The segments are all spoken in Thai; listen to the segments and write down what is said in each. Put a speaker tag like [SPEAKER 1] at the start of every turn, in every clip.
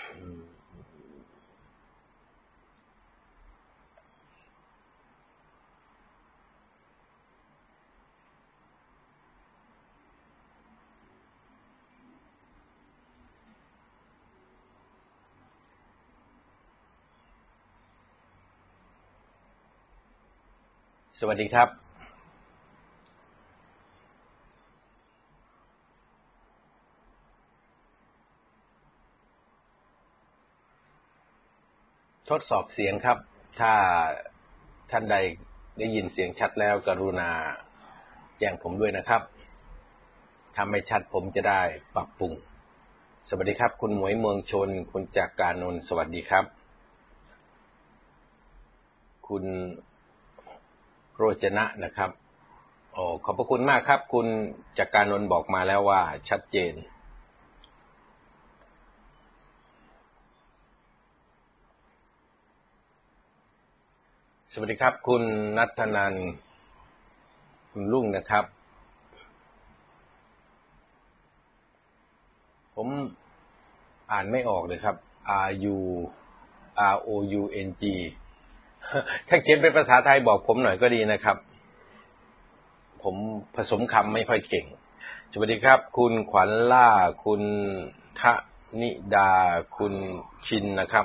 [SPEAKER 1] สวัสดีครับทดสอบเสียงครับถ้าท่านใดได้ยินเสียงชัดแล้วกรุณาแจ้งผมด้วยนะครับถ้าไม่ชัดผมจะได้ปรับปรุงสวัสดีครับคุณหมวยเมืองชนคุณจากกานนท์สวัสดีครับคุณโรจนะนะครับขอบพระคุณมากครับคุณจากกานนท์บอกมาแล้วว่าชัดเจนสวัสดีครับคุณณัฐนันท์คุณลุงนะครับผมอ่านไม่ออกเลยครับ ROUNG ถ้าเขียนเป็นภาษาไทยบอกผมหน่อยก็ดีนะครับผมผสมคำไม่ค่อยเก่งสวัสดีครับคุณขวัญล่าคุณทนิดาคุณชินนะครับ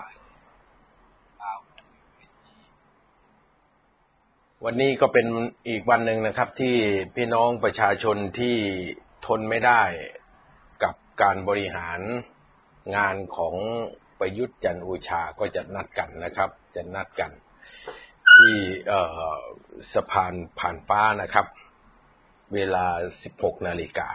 [SPEAKER 1] วันนี้ก็เป็นอีกวันหนึ่งนะครับที่พี่น้องประชาชนที่ทนไม่ได้กับการบริหารงานของประยุทธ์จันทร์โอชาก็จะนัดกันนะครับจะนัดกันที่สะพานผ่านฟ้านะครับเวลา 16 นาฬิกา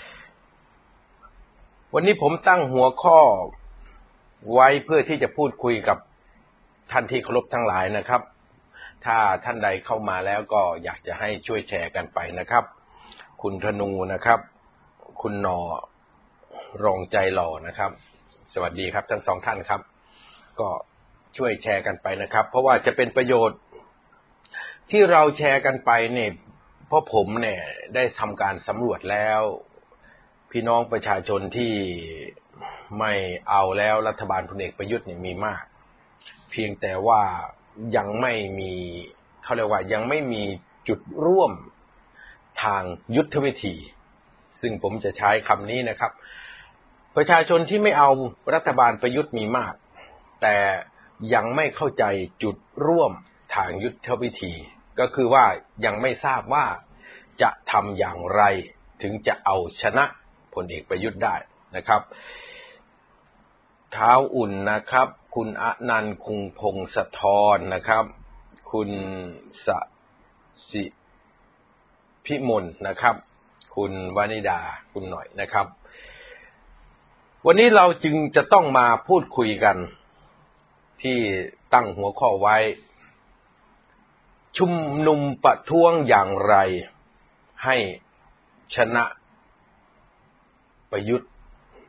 [SPEAKER 1] วันนี้ผมตั้งหัวข้อไว้เพื่อที่จะพูดคุยกับท่านที่เคารพทั้งหลายนะครับถ้าท่านใดเข้ามาแล้วก็อยากจะให้ช่วยแชร์กันไปนะครับคุณธนูนะครับคุณนอรองใจหล่อนะครับสวัสดีครับทั้งสองท่านครับก็ช่วยแชร์กันไปนะครับเพราะว่าจะเป็นประโยชน์ที่เราแชร์กันไปเนี่ยเพราะผมเนี่ยได้ทำการสำรวจแล้วพี่น้องประชาชนที่ไม่เอาแล้วรัฐบาลพลเอกประยุทธ์เนี่ยมีมากเพียงแต่ว่ายังไม่มีเขาเรียกว่ายังไม่มีจุดร่วมทางยุทธวิธีซึ่งผมจะใช้คำนี้นะครับประชาชนที่ไม่เอารัฐบาลประยุทธ์มีมากแต่ยังไม่เข้าใจจุดร่วมทางยุทธวิธีก็คือว่ายังไม่ทราบว่าจะทำอย่างไรถึงจะเอาชนะพลเอกประยุทธ์ได้นะครับเท้าอุ่นนะครับคุณอนันต์คุงพงศธรนะครับคุณสสิพิมลนะครับคุณวานิดาคุณหน่อยนะครับวันนี้เราจึงจะต้องมาพูดคุยกันที่ตั้งหัวข้อไว้ชุมนุมประท้วงอย่างไรให้ชนะประยุทธ์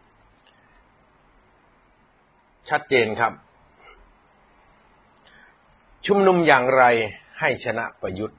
[SPEAKER 1] ชัดเจนครับชุมนุมอย่างไรให้ชนะประยุทธ์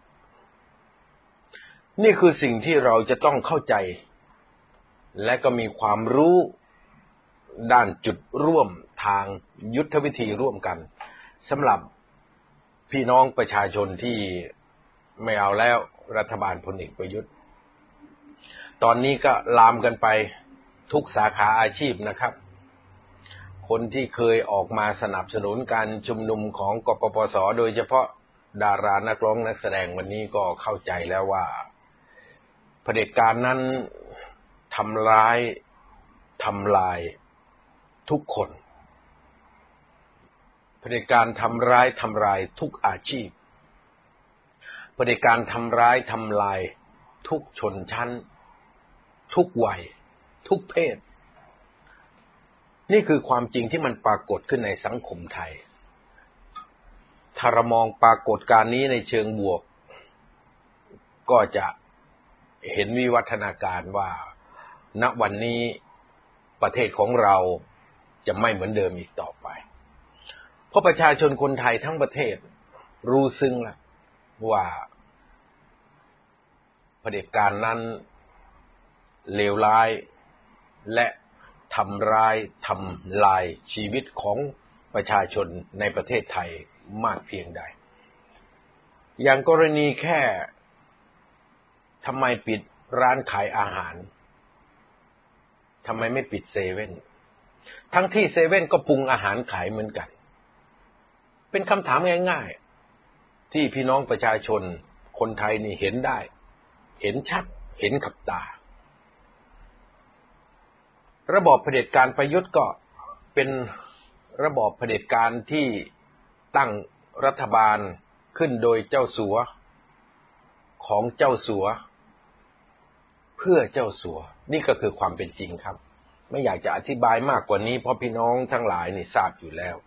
[SPEAKER 1] นี่คือสิ่งที่เราจะต้องเข้าใจและก็มีความรู้ด้านจุดร่วมทางยุทธวิธีร่วมกันสำหรับพี่น้องประชาชนที่ไม่เอาแล้วรัฐบาลพลเอกประยุทธ์ตอนนี้ก็ลามกันไปทุกสาขาอาชีพนะครับคนที่เคยออกมาสนับสนุนการชุมนุมของกปปส.โดยเฉพาะดารานักร้องนักแสดงวันนี้ก็เข้าใจแล้วว่าเผด็จการนั้นทำร้ายทำลายทุกคนเผด็จการทำร้ายทำลายทุกอาชีพเผด็จการทำร้ายทำลายทุกชนชั้นทุกวัยทุกเพศนี่คือความจริงที่มันปรากฏขึ้นในสังคมไทยถ้าเรามองปรากฏการณ์นี้ในเชิงบวกก็จะเห็นวิวัฒนาการว่าณวันนี้ประเทศของเราจะไม่เหมือนเดิมอีกต่อไปเพราะประชาชนคนไทยทั้งประเทศรู้ซึ้งแล้วว่าเผด็จการนั้นเลวร้ายและทำร้ายทำลายชีวิตของประชาชนในประเทศไทยมากเพียงใดอย่างกรณีแค่ทำไมปิดร้านขายอาหารทำไมไม่ปิดเซเว่นทั้งที่เซเว่นก็ปรุงอาหารขายเหมือนกันเป็นคำถามง่ายๆที่พี่น้องประชาชนคนไทยนี่เห็นได้เห็นชัดเห็นกับตาระบอบเผด็จการประยุทธ์ก็เป็นระบอบเผด็จการที่ตั้งรัฐบาลขึ้นโดยเจ้าสัวของเจ้าสัวเพื่อเจ้าสัวนี่ก็คือความเป็นจริงครับไม่อยากจะอธิบายมากกว่านี้เพราะพี่น้องทั้งหลายนี่ทราบอยู่แล้ว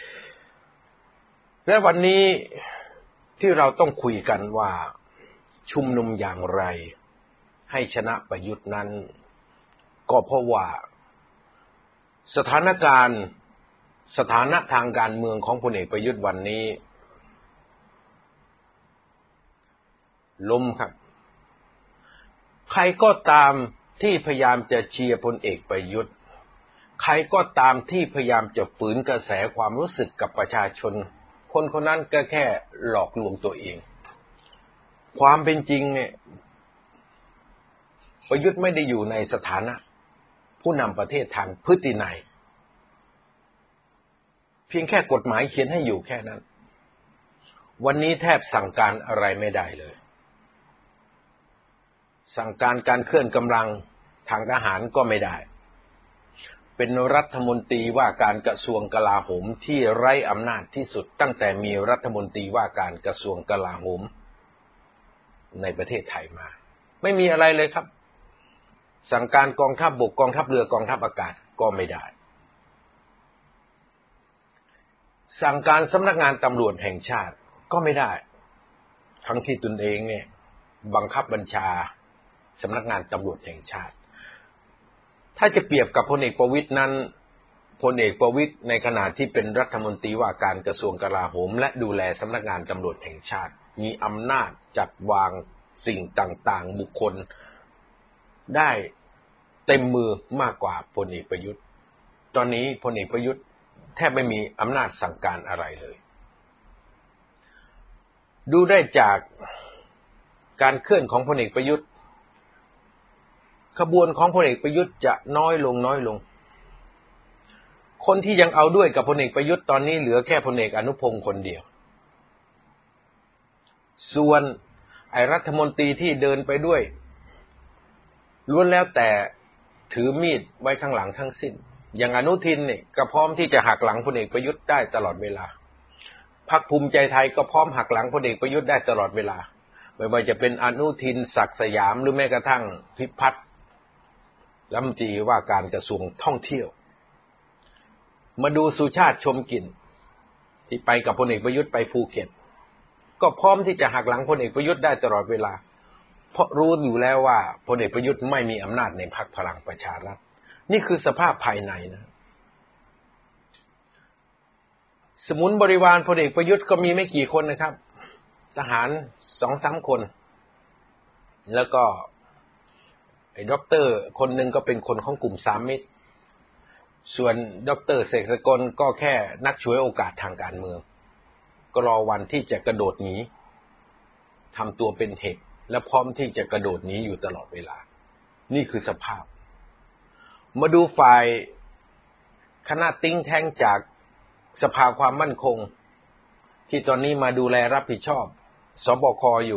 [SPEAKER 1] และวันนี้ที่เราต้องคุยกันว่าชุมนุมอย่างไรให้ชนะประยุทธ์นั้นก็เพราะว่าสถานะทางการเมืองของพลเอกประยุทธ์วันนี้ล้มครับใครก็ตามที่พยายามจะเชียร์พลเอกประยุทธ์ใครก็ตามที่พยายามจะฝืนกระแสความรู้สึกกับประชาชนคนคนนั้นก็แค่หลอกลวงตัวเองความเป็นจริงเนี่ยประยุทธ์ไม่ได้อยู่ในสถานะผู้นำประเทศทางพฤตินัยเพียงแค่กฎหมายเขียนให้อยู่แค่นั้นวันนี้แทบสั่งการอะไรไม่ได้เลยสั่งการเคลื่อนกำลังทางทหารก็ไม่ได้เป็นรัฐมนตรีว่าการกระทรวงกลาโหมที่ไร้อำนาจที่สุดตั้งแต่มีรัฐมนตรีว่าการกระทรวงกลาโหมในประเทศไทยมาไม่มีอะไรเลยครับสั่งการกองทัพบกกองทัพเรือกองทัพอากาศก็ไม่ได้สั่งการสำนักงานตำรวจแห่งชาติก็ไม่ได้ทั้งที่ตนเองเนี่ยบังคับบัญชาสำนักงานตำรวจแห่งชาติถ้าจะเปรียบกับพลเอกประวิตรนั้นพลเอกประวิตรในขณะที่เป็นรัฐมนตรีว่าการกระทรวงกลาโหมและดูแลสำนักงานตำรวจแห่งชาติมีอำนาจจัดวางสิ่งต่างๆบุคคลได้เต็มมือมากกว่าพลเอกประยุทธ์ตอนนี้พลเอกประยุทธ์แทบไม่มีอำนาจสั่งการอะไรเลยดูได้จากการเคลื่อนของพลเอกประยุทธ์ขบวนของพลเอกประยุทธ์จะน้อยลงคนที่ยังเอาด้วยกับพลเอกประยุทธ์ตอนนี้เหลือแค่พลเอกอนุพงศ์คนเดียวส่วนไอ้รัฐมนตรีที่เดินไปด้วยล้วนแล้วแต่ถือมีดไว้ข้างหลังทั้งสิ้นอย่างอนุทินเนี่ยก็พร้อมที่จะหักหลังพลเอกประยุทธ์ได้ตลอดเวลาพรรคภูมิใจไทยก็พร้อมหักหลังพลเอกประยุทธ์ได้ตลอดเวลาไม่ว่าจะเป็นอนุทินศักดิ์สยามหรือแม้กระทั่งพิพัฒน์รัฐมนตรีว่าการกระทรวงท่องเที่ยวมาดูสุชาติชมกลิ่นที่ไปกับพลเอกประยุทธ์ไปภูเก็ตก็พร้อมที่จะหักหลังพลเอกประยุทธ์ได้ตลอดเวลาเพราะรู้อยู่แล้วว่าพลเอกประยุทธ์ไม่มีอำนาจในพรรคพลังประชารัฐนี่คือสภาพภายในนะสมุนบริวารพลเอกประยุทธ์ก็มีไม่กี่คนนะครับทหาร 2-3 คนแล้วก็ไอ้ด็อกเตอร์คนหนึ่งก็เป็นคนของกลุ่มสามมิตรส่วนด็อกเตอร์เสกสกลก็แค่นักฉวยโอกาสทางการเมืองก็รอวันที่จะกระโดดหนีทำตัวเป็นเห็บและพร้อมที่จะกระโดดหนีอยู่ตลอดเวลานี่คือสภาพมาดูฝ่ายคณะติ้งแท้งจากสภาความมั่นคงที่ตอนนี้มาดูแลรับผิดชอบสบคอยู่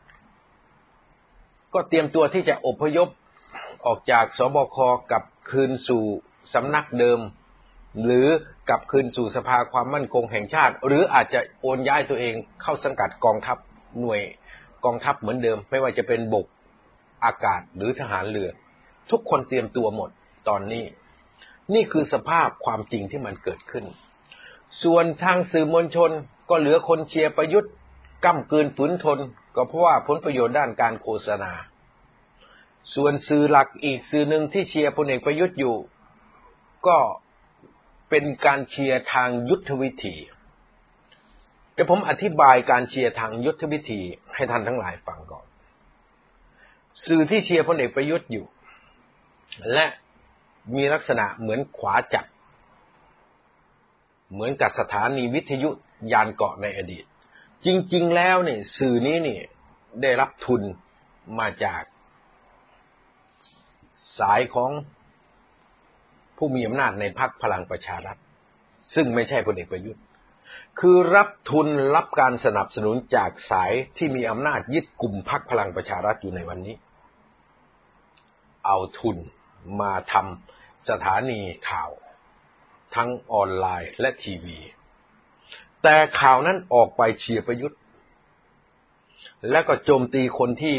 [SPEAKER 1] ก็เตรียมตัวที่จะอพยพออกจากสบคกลับคืนสู่สำนักเดิมหรือกลับคืนสู่สภาความมั่นคงแห่งชาติหรืออาจจะโอนย้ายตัวเองเข้าสังกัดกองทัพหน่วยกองทัพเหมือนเดิมไม่ว่าจะเป็นบกอากาศหรือทหารเรือทุกคนเตรียมตัวหมดตอนนี้นี่คือสภาพความจริงที่มันเกิดขึ้นส่วนทางสื่อมวลชนก็เหลือคนเชียร์ประยุทธ์ก้ำกืนฝืนทนก็เพราะว่าผลประโยชน์ด้านการโฆษณาส่วนสื่อหลักอีกสื่อหนึ่งที่เชียร์พลเอกประยุทธ์อยู่ก็เป็นการเชียร์ทางยุทธวิธีเดี๋ยวผมอธิบายการเชียร์ทางยุทธวิธีให้ท่านทั้งหลายฟังก่อนสื่อที่เชียร์พลเอกประยุทธ์อยู่และมีลักษณะเหมือนขวาจักรเหมือนกับสถานีวิทยุยานเกาะในอดีตจริงๆแล้วเนี่ยสื่อนี้เนี่ยได้รับทุนมาจากสายของผู้มีอำนาจในพรรคพลังประชารัฐซึ่งไม่ใช่พลเอกประยุทธ์คือรับทุนรับการสนับสนุนจากสายที่มีอำนาจยึดกลุ่มพรรคพลังประชารัฐอยู่ในวันนี้เอาทุนมาทำสถานีข่าวทั้งออนไลน์และทีวีแต่ข่าวนั้นออกไปเชียร์ประยุทธ์และก็โจมตีคนที่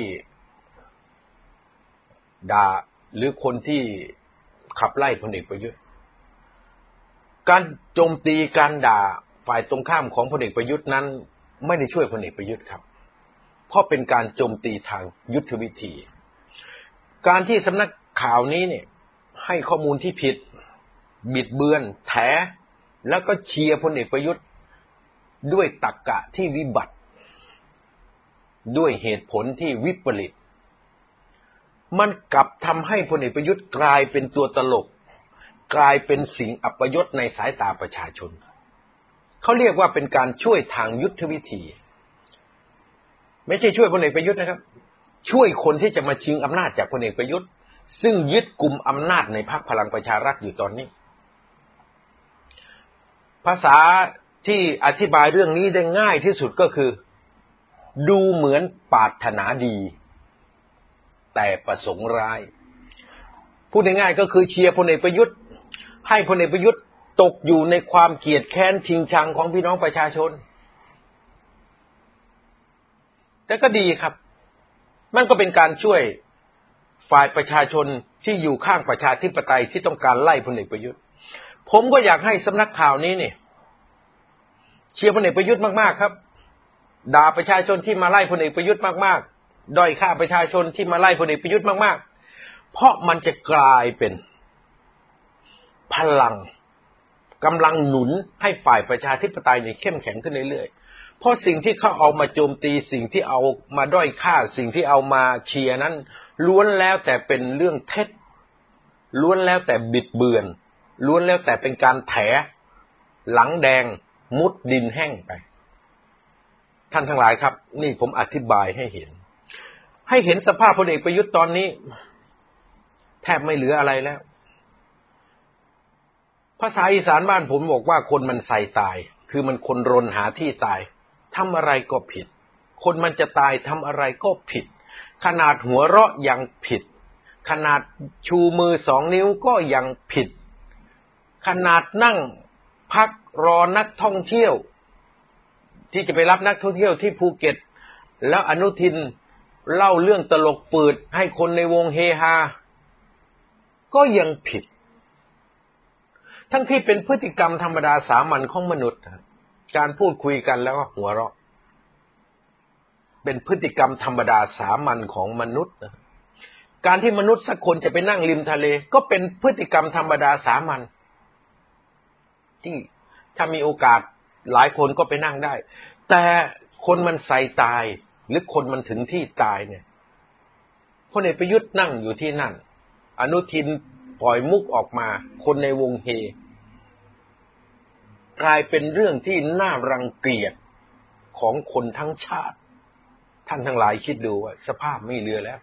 [SPEAKER 1] ด่าหรือคนที่ขับไล่พลเอกประยุทธ์การโจมตีการด่าฝ่ายตรงข้ามของพลเอกประยุทธ์นั้นไม่ได้ช่วยพลเอกประยุทธ์ครับเพราะเป็นการโจมตีทางยุทธวิธีการที่สำนักข่าวนี้เนี่ยให้ข้อมูลที่ผิดบิดเบือนแถแล้วก็เชียร์พลเอกประยุทธ์ด้วยตรรกะที่วิบัติด้วยเหตุผลที่วิปริตมันกลับทำให้พลเอกประยุทธ์กลายเป็นตัวตลกกลายเป็นสิ่งอัปยศในสายตาประชาชนเขาเรียกว่าเป็นการช่วยทางยุทธวิธีไม่ใช่ช่วยพลเอกประยุทธ์นะครับช่วยคนที่จะมาชิงอำนาจจากพลเอกประยุทธ์ซึ่งยึดกลุ่มอำนาจในพรรคพลังประชารัฐอยู่ตอนนี้ภาษาที่อธิบายเรื่องนี้ได้ง่ายที่สุดก็คือดูเหมือนปรารถนาดีแต่ประสงค์ร้ายพูดง่ายๆก็คือเชียร์พลเอกประยุทธ์ให้พลเอกประยุทธ์ตกอยู่ในความเกลียดแค้นชิงชังของพี่น้องประชาชนแต่ก็ดีครับมันก็เป็นการช่วยฝ่ายประชาชนที่อยู่ข้างประชาธิปไตยที่ต้องการไล่พลเอกประยุทธ์ผมก็อยากให้สำนักข่าวนี้เนี่ยเชียร์พลเอกประยุทธ์มากๆครับด่าประชาชนที่มาไล่พลเอกประยุทธ์มากๆด้อยค่าประชาชนที่มาไล่พลเอกประยุทธ์มากๆเพราะมันจะกลายเป็นพลังกำลังหนุนให้ฝ่ายประชาธิปไตยเนี่ยเข้มแข็งขึ้นเรื่อยๆเพราะสิ่งที่เขาเอามาโจมตีสิ่งที่เอามาด้อยค่าสิ่งที่เอามาเชียร์นั้นล้วนแล้วแต่เป็นเรื่องเท็จล้วนแล้วแต่บิดเบือนล้วนแล้วแต่เป็นการแถหลังแดงมุดดินแห้งไปท่านทั้งหลายครับนี่ผมอธิบายให้เห็นสภาพพลเอกประยุทธ์ตอนนี้แทบไม่เหลืออะไรแล้วภาษาอีสานบ้านผมบอกว่าคนมันใส่ตายคือมันคนรนหาที่ตายทำอะไรก็ผิดคนมันจะตายทำอะไรก็ผิดขนาดหัวเราะยังผิดขนาดชูมือ2 นิ้วก็ยังผิดขนาดนั่งพักรอนักท่องเที่ยวที่จะไปรับนักท่องเที่ยวที่ภูเก็ตแล้วอนุทินเล่าเรื่องตลกปืดให้คนในวงเฮฮาก็ยังผิดทั้งที่เป็นพฤติกรรมธรรมดาสามัญของมนุษย์การพูดคุยกันแล้วก็หัวเราะเป็นพฤติกรรมธรรมดาสามัญของมนุษย์การที่มนุษย์สักคนจะไปนั่งริมทะเลก็เป็นพฤติกรรมธรรมดาสามัญที่ถ้ามีโอกาสหลายคนก็ไปนั่งได้แต่คนมันใส่ตายหรือคนมันถึงที่ตายเนี่ยพลเอกประยุทธ์นั่งอยู่ที่นั่นอนุทินปล่อยมุกออกมาคนในวงเฮกลายเป็นเรื่องที่น่ารังเกียจของคนทั้งชาติท่านทั้งหลายคิดดูว่าสภาพไม่เหลือแล้ว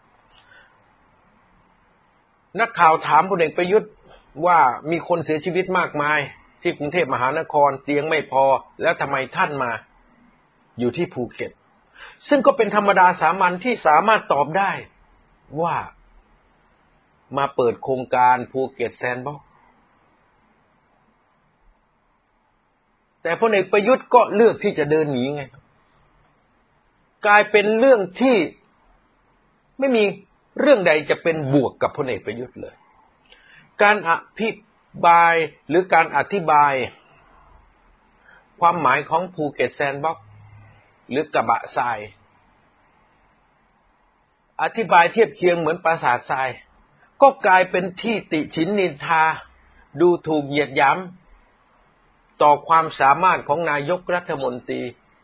[SPEAKER 1] นักข่าวถามพลเอกประยุทธ์ว่ามีคนเสียชีวิตมากมายที่กรุงเทพมหานครเตียงไม่พอแล้วทำไมท่านมาอยู่ที่ภูเก็ตซึ่งก็เป็นธรรมดาสามัญที่สามารถตอบได้ว่ามาเปิดโครงการภูเก็ตแซนด์บ็อกซ์แต่พลเอกประยุทธ์ก็เลือกที่จะเดินหนีไงกลายเป็นเรื่องที่ไม่มีเรื่องใดจะเป็นบวกกับพลเอกประยุทธ์เลยการอภิบายหรือการอธิบายความหมายของภูเก็ตแซนด์บ็อกซ์หรือกระบะทรายอธิบายเทียบเคียงเหมือนปราสาททรายก็กลายเป็นที่ติฉินนินทาดูถูกเหยียดหยามต่อความสามารถของนายกรัฐมนตรี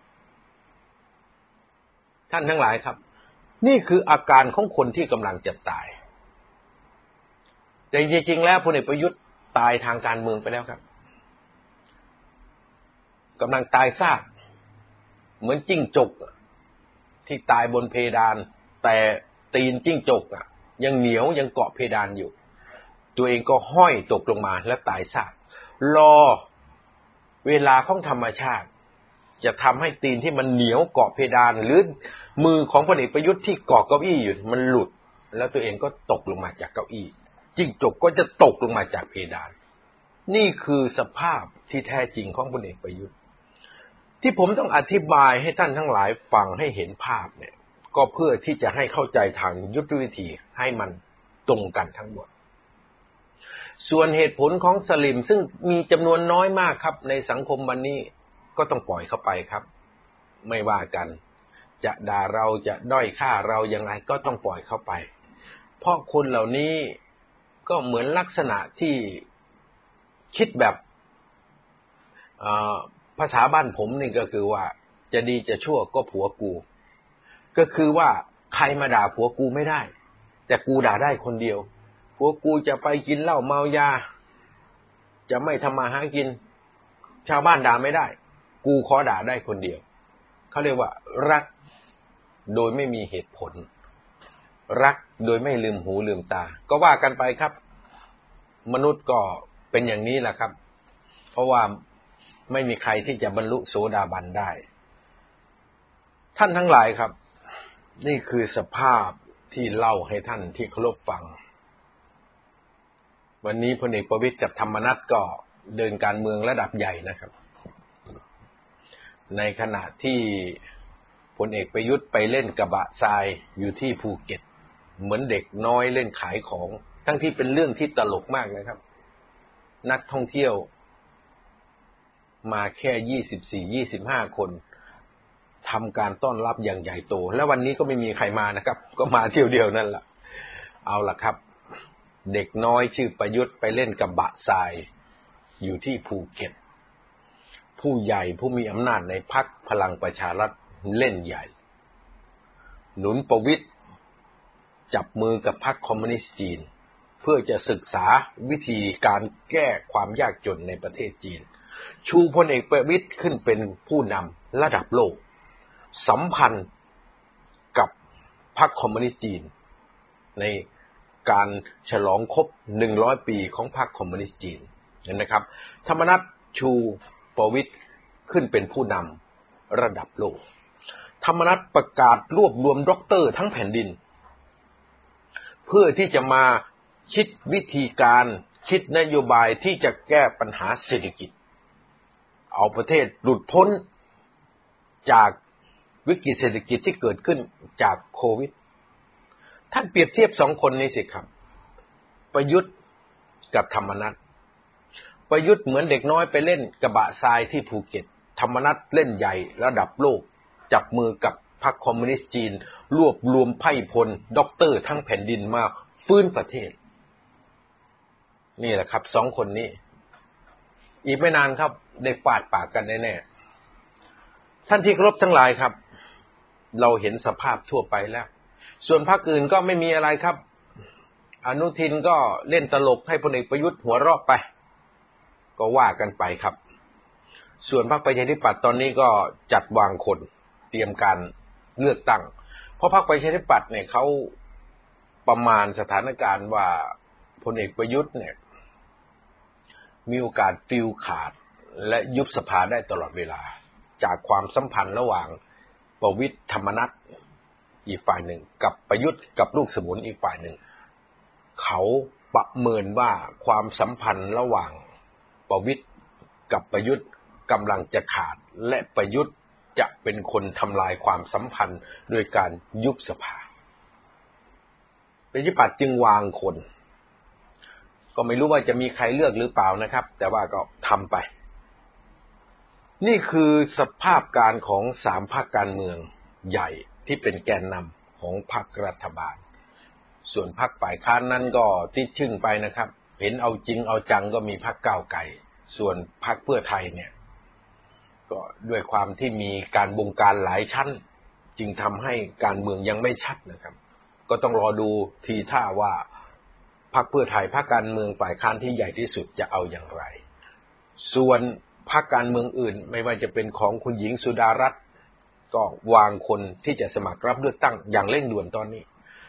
[SPEAKER 1] ท่านทั้งหลายครับนี่คืออาการของคนที่กำลังจะตายแต่จริงๆแล้วพลเอกประยุทธ์ตายทางการเมืองไปแล้วครับกำลังตายซากเหมือนจิ้งจกที่ตายบนเพดานแต่ตีนจิ้งจกยังเหนียวยังเกาะเพดานอยู่ตัวเองก็ห้อยตกลงมาและตายซากรอเวลาของธรรมชาติจะทำให้ตีนที่มันเหนียวเกาะเพดานหรือมือของพลเอกประยุทธ์ที่เกาะเก้าอี้อยู่มันหลุดแล้วตัวเองก็ตกลงมาจากเก้าอี้จิ้งจกก็จะตกลงมาจากเพดานนี่คือสภาพที่แท้จริงของพลเอกประยุทธ์ที่ผมต้องอธิบายให้ท่านทั้งหลายฟังให้เห็นภาพเนี่ยก็เพื่อที่จะให้เข้าใจทางยุทธวิธีให้มันตรงกันทั้งหมดส่วนเหตุผลของสลิมซึ่งมีจำนวนน้อยมากครับในสังคมวันนี้ก็ต้องปล่อยเข้าไปครับไม่ว่ากันจะด่าเราจะด้อยค่าเรายังไงก็ต้องปล่อยเข้าไปเพราะคนเหล่านี้ก็เหมือนลักษณะที่คิดแบบภาษาบ้านผมนี่ก็คือว่าจะดีจะชั่วก็ผัวกูก็คือว่าใครมาด่าผัวกูไม่ได้แต่กูด่าได้คนเดียวผัวกูจะไปกินเหล้าเมายาจะไม่ทำมาหากินชาวบ้านด่าไม่ได้กูขอด่าได้คนเดียวเขาเรียกว่ารักโดยไม่มีเหตุผลรักโดยไม่ลืมหูลืมตาก็ว่ากันไปครับมนุษย์ก็เป็นอย่างนี้แหละครับเพราะว่าไม่มีใครที่จะบรรลุโสดาบันได้ท่านทั้งหลายครับนี่คือสภาพที่เล่าให้ท่านที่เคารพฟังวันนี้พลเอกประวิตรกับธรรมนัสก็เดินการเมืองระดับใหญ่นะครับในขณะที่พลเอกประยุทธ์ไปเล่นกระบะทรายอยู่ที่ภูเก็ตเหมือนเด็กน้อยเล่นขายของทั้งที่เป็นเรื่องที่ตลกมากนะครับนักท่องเที่ยวมาแค่24-25 คนทำการต้อนรับอย่างใหญ่โตและวันนี้ก็ไม่มีใครมานะครับก็มาเที่ยวเดียวนั่นแหละเอาล่ะครับเด็กน้อยชื่อประยุทธ์ไปเล่นกระบะทรายอยู่ที่ภูเก็ตผู้ใหญ่ผู้มีอำนาจในพรรคพลังประชารัฐเล่นใหญ่หนุนประวิตรจับมือกับพรรคคอมมิวนิสต์จีนเพื่อจะศึกษาวิธีการแก้ความยากจนในประเทศจีนชูพลเอกประวิตรขึ้นเป็นผู้นำระดับโลกสัมพันธ์กับพรรคคอมมิวนิสต์จีนในการฉลองครบ100 ปีของพรรคคอมมิวนิสต์จีนเห็นไหมครับธรรมนัสชูประวิตรขึ้นเป็นผู้นำระดับโลกธรรมนัสประกาศรวบรวมด็อกเตอร์ทั้งแผ่นดินเพื่อที่จะมาคิดวิธีการคิดนโยบายที่จะแก้ปัญหาเศรษฐกิจเอาประเทศหลุดพ้นจากวิกฤตเศรษฐกิจที่เกิดขึ้นจากโควิดท่านเปรียบเทียบ2 คนนี้สิครับประยุทธ์กับธรรมนัสประยุทธ์เหมือนเด็กน้อยไปเล่นกระบะทรายที่ภูเก็ตธรรมนัสเล่นใหญ่ระดับโลกจับมือกับพรรคคอมมิวนิสต์จีนรวบรวมไพร่พลด็อกเตอร์ทั้งแผ่นดินมาฟื้นประเทศนี่แหละครับ2 คนนี้อีกไม่นานครับได้ฟาดปากกันแน่ๆท่านที่เคารพทั้งหลายครับเราเห็นสภาพทั่วไปแล้วส่วนพรรคอื่นก็ไม่มีอะไรครับอนุทินก็เล่นตลกให้พลเอกประยุทธ์หัวเราะไปก็ว่ากันไปครับส่วนพรรคประชาธิปัตย์ตอนนี้ก็จัดวางคนเตรียมการเลือกตั้งเพราะพรรคประชาธิปัตย์เนี่ยเขาประมาณสถานการณ์ว่าพลเอกประยุทธ์เนี่ยมีโอกาสฟิลขาดและยุบสภาได้ตลอดเวลาจากความสัมพันธ์ระหว่างประวิตรธรรมนัสอีกฝ่ายหนึ่งกับประยุทธ์กับลูกสมุนอีกฝ่ายหนึ่งเขาประเมินว่าความสัมพันธ์ระหว่างประวิตรกับประยุทธ์กำลังจะขาดและประยุทธ์จะเป็นคนทำลายความสัมพันธ์โดยการยุบสภาประชาธิปัตย์จึงวางคนก็ไม่รู้ว่าจะมีใครเลือกหรือเปล่านะครับแต่ว่าก็ทำไปนี่คือสภาพการของ3 พรรคการเมืองใหญ่ที่เป็นแกนนำของพรรครัฐบาลส่วนพรรคฝ่ายค้านนั้นก็ติดชึ่งไปนะครับเห็นเอาจริงเอาจังก็มีพรรคก้าวไกลส่วนพรรคเพื่อไทยเนี่ยก็ด้วยความที่มีการบงการหลายชั้นจึงทำให้การเมืองยังไม่ชัดนะครับก็ต้องรอดูทีท่าว่าพรรคเพื่อไทยพรรคการเมืองฝ่ายค้านที่ใหญ่ที่สุดจะเอาอย่างไรส่วนพรรคการเมืองอื่นไม่ว่าจะเป็นของคุณหญิงสุดารัตน์ก็วางคนที่จะสมัครรับเลือกตั้งอย่างเร่งด่วนตอนนี้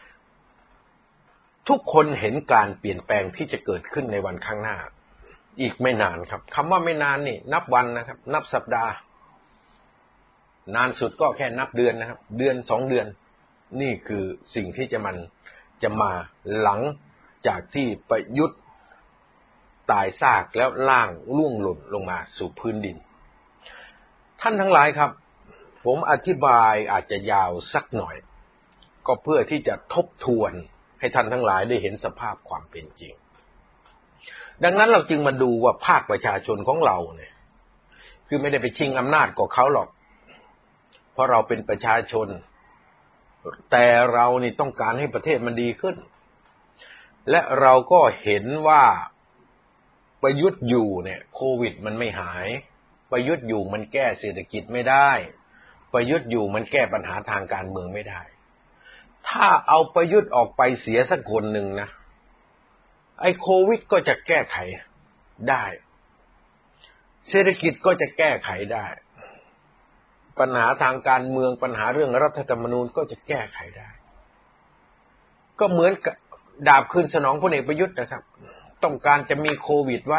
[SPEAKER 1] ทุกคนเห็นการเปลี่ยนแปลงที่จะเกิดขึ้นในวันข้างหน้าอีกไม่นานครับคำว่าไม่นานนี่นับวันนะครับนับสัปดาห์นานสุดก็แค่นับเดือนนะครับเดือน2 เดือนนี่คือสิ่งที่จะมาหลังจากที่ประยุทธ์ตายซากแล้วร่างล่วงหล่นลงมาสู่พื้นดินท่านทั้งหลายครับผมอธิบายอาจจะยาวสักหน่อยก็เพื่อที่จะทบทวนให้ท่านทั้งหลายได้เห็นสภาพความเป็นจริงดังนั้นเราจึงมาดูว่าภาคประชาชนของเราเนี่ยคือไม่ได้ไปชิงอำนาจกับเขาหรอกเพราะเราเป็นประชาชนแต่เรานี่ต้องการให้ประเทศมันดีขึ้นและเราก็เห็นว่าประยุทธ์อยู่เนี่ยโควิดมันไม่หายประยุทธ์อยู่มันแก้เศรษฐกิจไม่ได้ประยุทธ์อยู่มันแก้ปัญหาทางการเมืองไม่ได้ถ้าเอาประยุทธ์ออกไปเสียสักคนหนึ่งนะไอ้โควิดก็จะแก้ไขได้เศรษฐกิจก็จะแก้ไขได้ปัญหาทางการเมืองปัญหาเรื่องรัฐธรรมนูญก็จะแก้ไขได้ก็เหมือนกับดาบคืนสนองพลเอกประยุทธ์นะครับต้องการจะมีโควิดไว้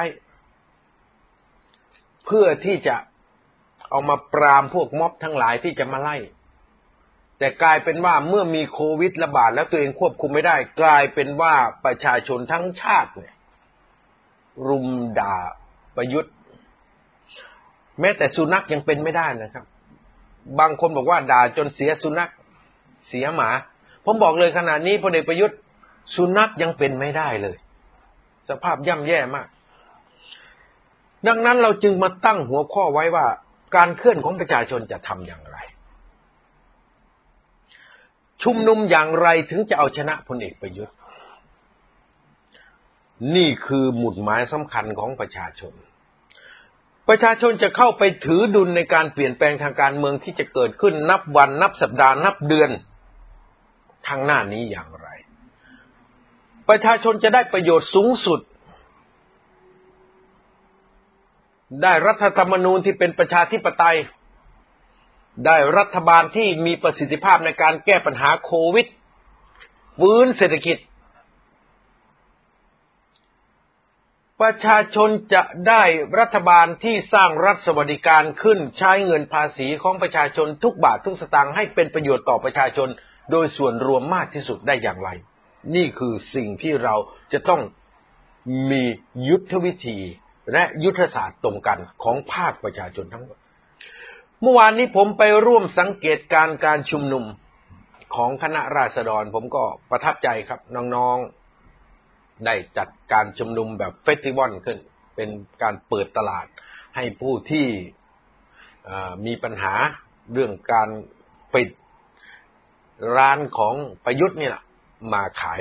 [SPEAKER 1] เพื่อที่จะเอามาปรามพวกม็อบทั้งหลายที่จะมาไล่แต่กลายเป็นว่าเมื่อมีโควิดระบาดแล้วตัวเองควบคุมไม่ได้กลายเป็นว่าประชาชนทั้งชาติเนี่ยรุมด่าประยุทธ์แม้แต่สุนัขยังเป็นไม่ได้นะครับบางคนบอกว่าด่าจนเสียสุนัขเสียหมาผมบอกเลยขณะนี้พลเอกประยุทธ์สุนัขยังเป็นไม่ได้เลยสภาพย่ำแย่มากดังนั้นเราจึงมาตั้งหัวข้อไว้ว่าการเคลื่อนของประชาชนจะทำอย่างไรชุมนุมอย่างไรถึงจะเอาชนะพลเอกประยุทธ์นี่คือหมุดหมายสำคัญของประชาชนประชาชนจะเข้าไปถือดุลในการเปลี่ยนแปลงทางการเมืองที่จะเกิดขึ้นนับวันนับสัปดาห์นับเดือนทางหน้านี้อย่างไรประชาชนจะได้ประโยชน์สูงสุดได้รัฐธรรมนูญที่เป็นประชาธิปไตยได้รัฐบาลที่มีประสิทธิภาพในการแก้ปัญหาโควิดฟื้นเศรษฐกิจประชาชนจะได้รัฐบาลที่สร้างรัฐสวัสดิการขึ้นใช้เงินภาษีของประชาชนทุกบาททุกสตางค์ให้เป็นประโยชน์ต่อประชาชนโดยส่วนรวมมากที่สุดได้อย่างไรนี่คือสิ่งที่เราจะต้องมียุทธวิธีและยุทธศาสตร์ตรงกันของภาคประชาชนทั้งหมดเมื่อวานนี้ผมไปร่วมสังเกตการชุมนุมของคณะราษฎรผมก็ประทับใจครับน้องๆได้จัดการชุมนุมแบบเฟสติวัลขึ้นเป็นการเปิดตลาดให้ผู้ที่มีปัญหาเรื่องการปิดร้านของประยุทธ์นี่แหละมาขาย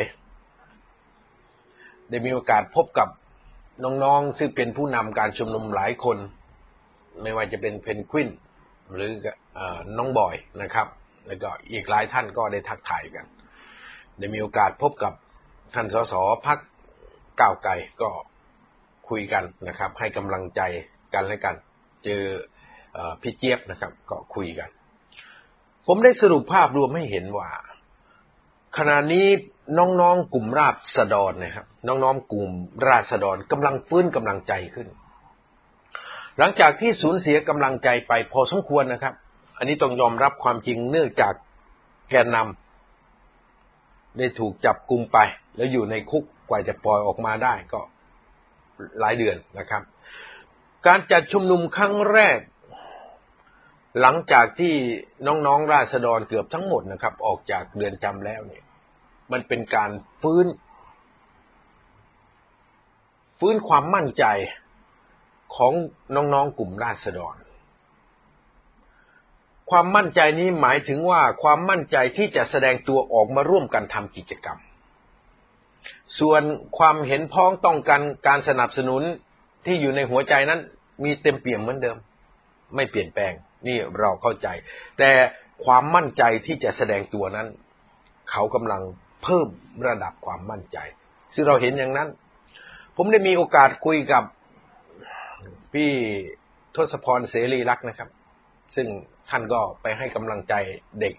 [SPEAKER 1] ได้มีโอกาสพบกับน้องๆซึ่งเป็นผู้นำการชุมนุมหลายคนไม่ว่าจะเป็นเพนกวินหรือน้องบอยนะครับแล้วก็อีกหลายท่านก็ได้ทักทายกันได้มีโอกาสพบกับท่านสสพรรคก้าวไกลก็คุยกันนะครับให้กำลังใจกันและกันเจอพี่เจี๊ยบนะครับก็คุยกันผมได้สรุปภาพรวมให้เห็นว่าขณะนี้น้องๆกลุ่มราษฎรนะครับน้องๆกลุ่มราษฎรกำลังฟื้นกำลังใจขึ้นหลังจากที่สูญเสียกำลังใจไปพอสมควรนะครับอันนี้ต้องยอมรับความจริงเนื่องจากแกนนำได้ถูกจับกุมไปแล้วอยู่ในคุกกว่าจะปล่อยออกมาได้ก็หลายเดือนนะครับการจัดชุมนุมครั้งแรกหลังจากที่น้องๆราษฎรเกือบทั้งหมดนะครับออกจากเรือนจำแล้วเนี่ยมันเป็นการฟื้นความมั่นใจของน้องๆกลุ่มราษฎรความมั่นใจนี้หมายถึงว่าความมั่นใจที่จะแสดงตัวออกมาร่วมกันทำกิจกรรมส่วนความเห็นพ้องต้องกันการสนับสนุนที่อยู่ในหัวใจนั้นมีเต็มเปี่ยมเหมือนเดิมไม่เปลี่ยนแปลงนี่เราเข้าใจแต่ความมั่นใจที่จะแสดงตัวนั้นเขากำลังเพิ่มระดับความมั่นใจซึ่งเราเห็นอย่างนั้นผมได้มีโอกาสคุยกับพี่ทศพรเสรีรักษ์นะครับซึ่งท่านก็ไปให้กำลังใจเด็ก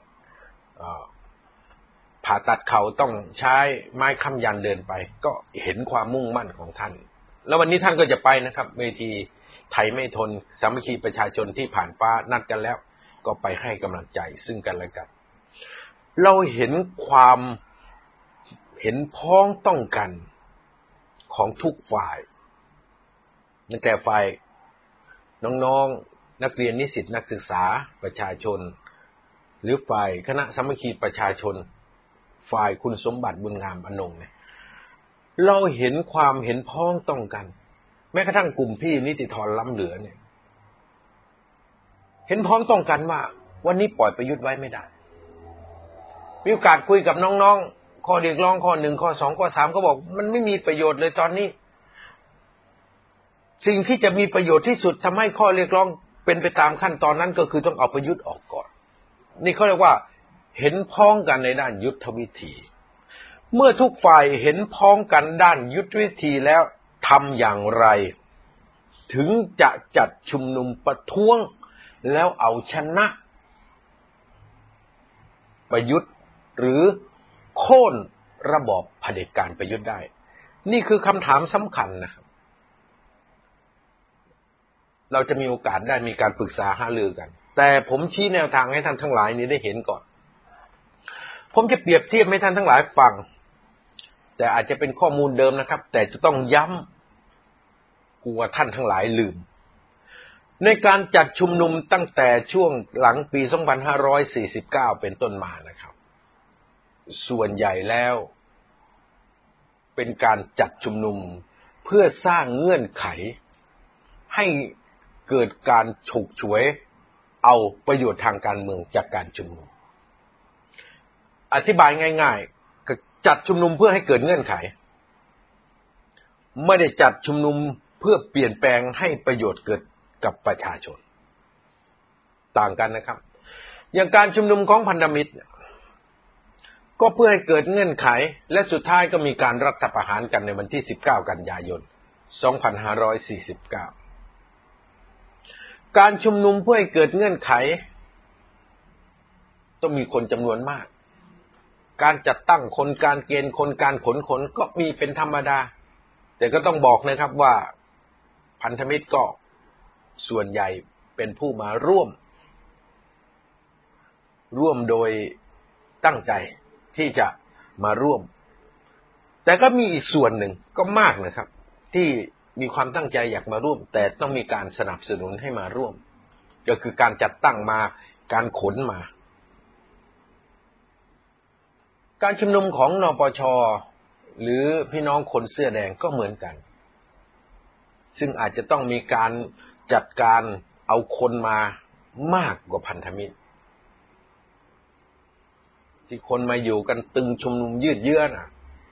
[SPEAKER 1] ผ่าตัดเข่าต้องใช้ไม้ค้ำยันเดินไปก็เห็นความมุ่งมั่นของท่านแล้ววันนี้ท่านก็จะไปนะครับเวทีไทยไม่ทนสามัคคีประชาชนที่ผ่านฟ้านัดกันแล้วก็ไปให้กำลังใจซึ่งกันและกันเราเห็นความเห็นพ้องต้องกันของทุกฝ่ายตั้งแต่ฝ่ายน้องๆนักเรียนนิสิตนักศึกษาประชาชนหรือฝ่ายคณะสามัคคีประชาชนฝ่ายคุณสมบัติบุญงามอนงค์เนี่ยเราเห็นความเห็นพ้องต้องกันแม้กระทั่งกลุ่มพี่นิติธรล้ำเหลือเนี่ยเห็นพ้องต้องกันว่าวันนี้ปล่อยประยุทธ์ไว้ไม่ได้มีโอกาสคุยกับน้องๆข้อเรียกร้องข้อ1ข้อ2ข้อ3ก็บอกมันไม่มีประโยชน์เลยตอนนี้สิ่งที่จะมีประโยชน์ที่สุดทำให้ข้อเรียกร้องเป็นไปตามขั้นตอนนั้นก็คือต้องเอาประยุทธ์ออกก่อนนี่เขาเรียกว่าเห็นพ้องกันในด้านยุทธวิธีเมื่อทุกฝ่ายเห็นพ้องกันด้านยุทธวิธีแล้วทำอย่างไรถึงจะจัดชุมนุมประท้วงแล้วเอาชนะประยุทธ์หรือโค่นระบอบเผด็จการประยุทธ์ได้นี่คือคำถามสำคัญนะครับเราจะมีโอกาสได้มีการปรึกษาหารือกันแต่ผมชี้แนวทางให้ท่านทั้งหลายนี้ได้เห็นก่อนผมจะเปรียบเทียบให้ท่านทั้งหลายฟังแต่อาจจะเป็นข้อมูลเดิมนะครับแต่จะต้องย้ำกลัวท่านทั้งหลายลืมในการจัดชุมนุมตั้งแต่ช่วงหลังปี 2549 เป็นต้นมานะครับส่วนใหญ่แล้วเป็นการจัดชุมนุมเพื่อสร้างเงื่อนไขให้เกิดการฉกฉวยเอาประโยชน์ทางการเมืองจากการชุมนุมอธิบายง่ายๆจัดชุมนุมเพื่อให้เกิดเงื่อนไขไม่ได้จัดชุมนุมเพื่อเปลี่ยนแปลงให้ประโยชน์เกิดกับประชาชนต่างกันนะครับอย่างการชุมนุมของพันธมิตรก็เพื่อให้เกิดเงื่อนไขและสุดท้ายก็มีการรัฐประหารกันในวันที่19กันยายน2549การชุมนุมเพื่อให้เกิดเงื่อนไขต้องมีคนจำนวนมากการจัดตั้งคนการเกณฑ์คนการขนก็มีเป็นธรรมดาแต่ก็ต้องบอกนะครับว่าพันธมิตรก็ส่วนใหญ่เป็นผู้มาร่วมโดยตั้งใจที่จะมาร่วมแต่ก็มีอีกส่วนหนึ่งก็มากนะครับที่มีความตั้งใจอยากมาร่วมแต่ต้องมีการสนับสนุนให้มาร่วมก็คือการจัดตั้งมาการขนมาการชุมนุมของนปช.หรือพี่น้องคนเสื้อแดงก็เหมือนกันซึ่งอาจจะต้องมีการจัดการเอาคนมามากกว่าพันธมิตรที่คนมาอยู่กันตึงชุมนุมยืดเยื้อนะ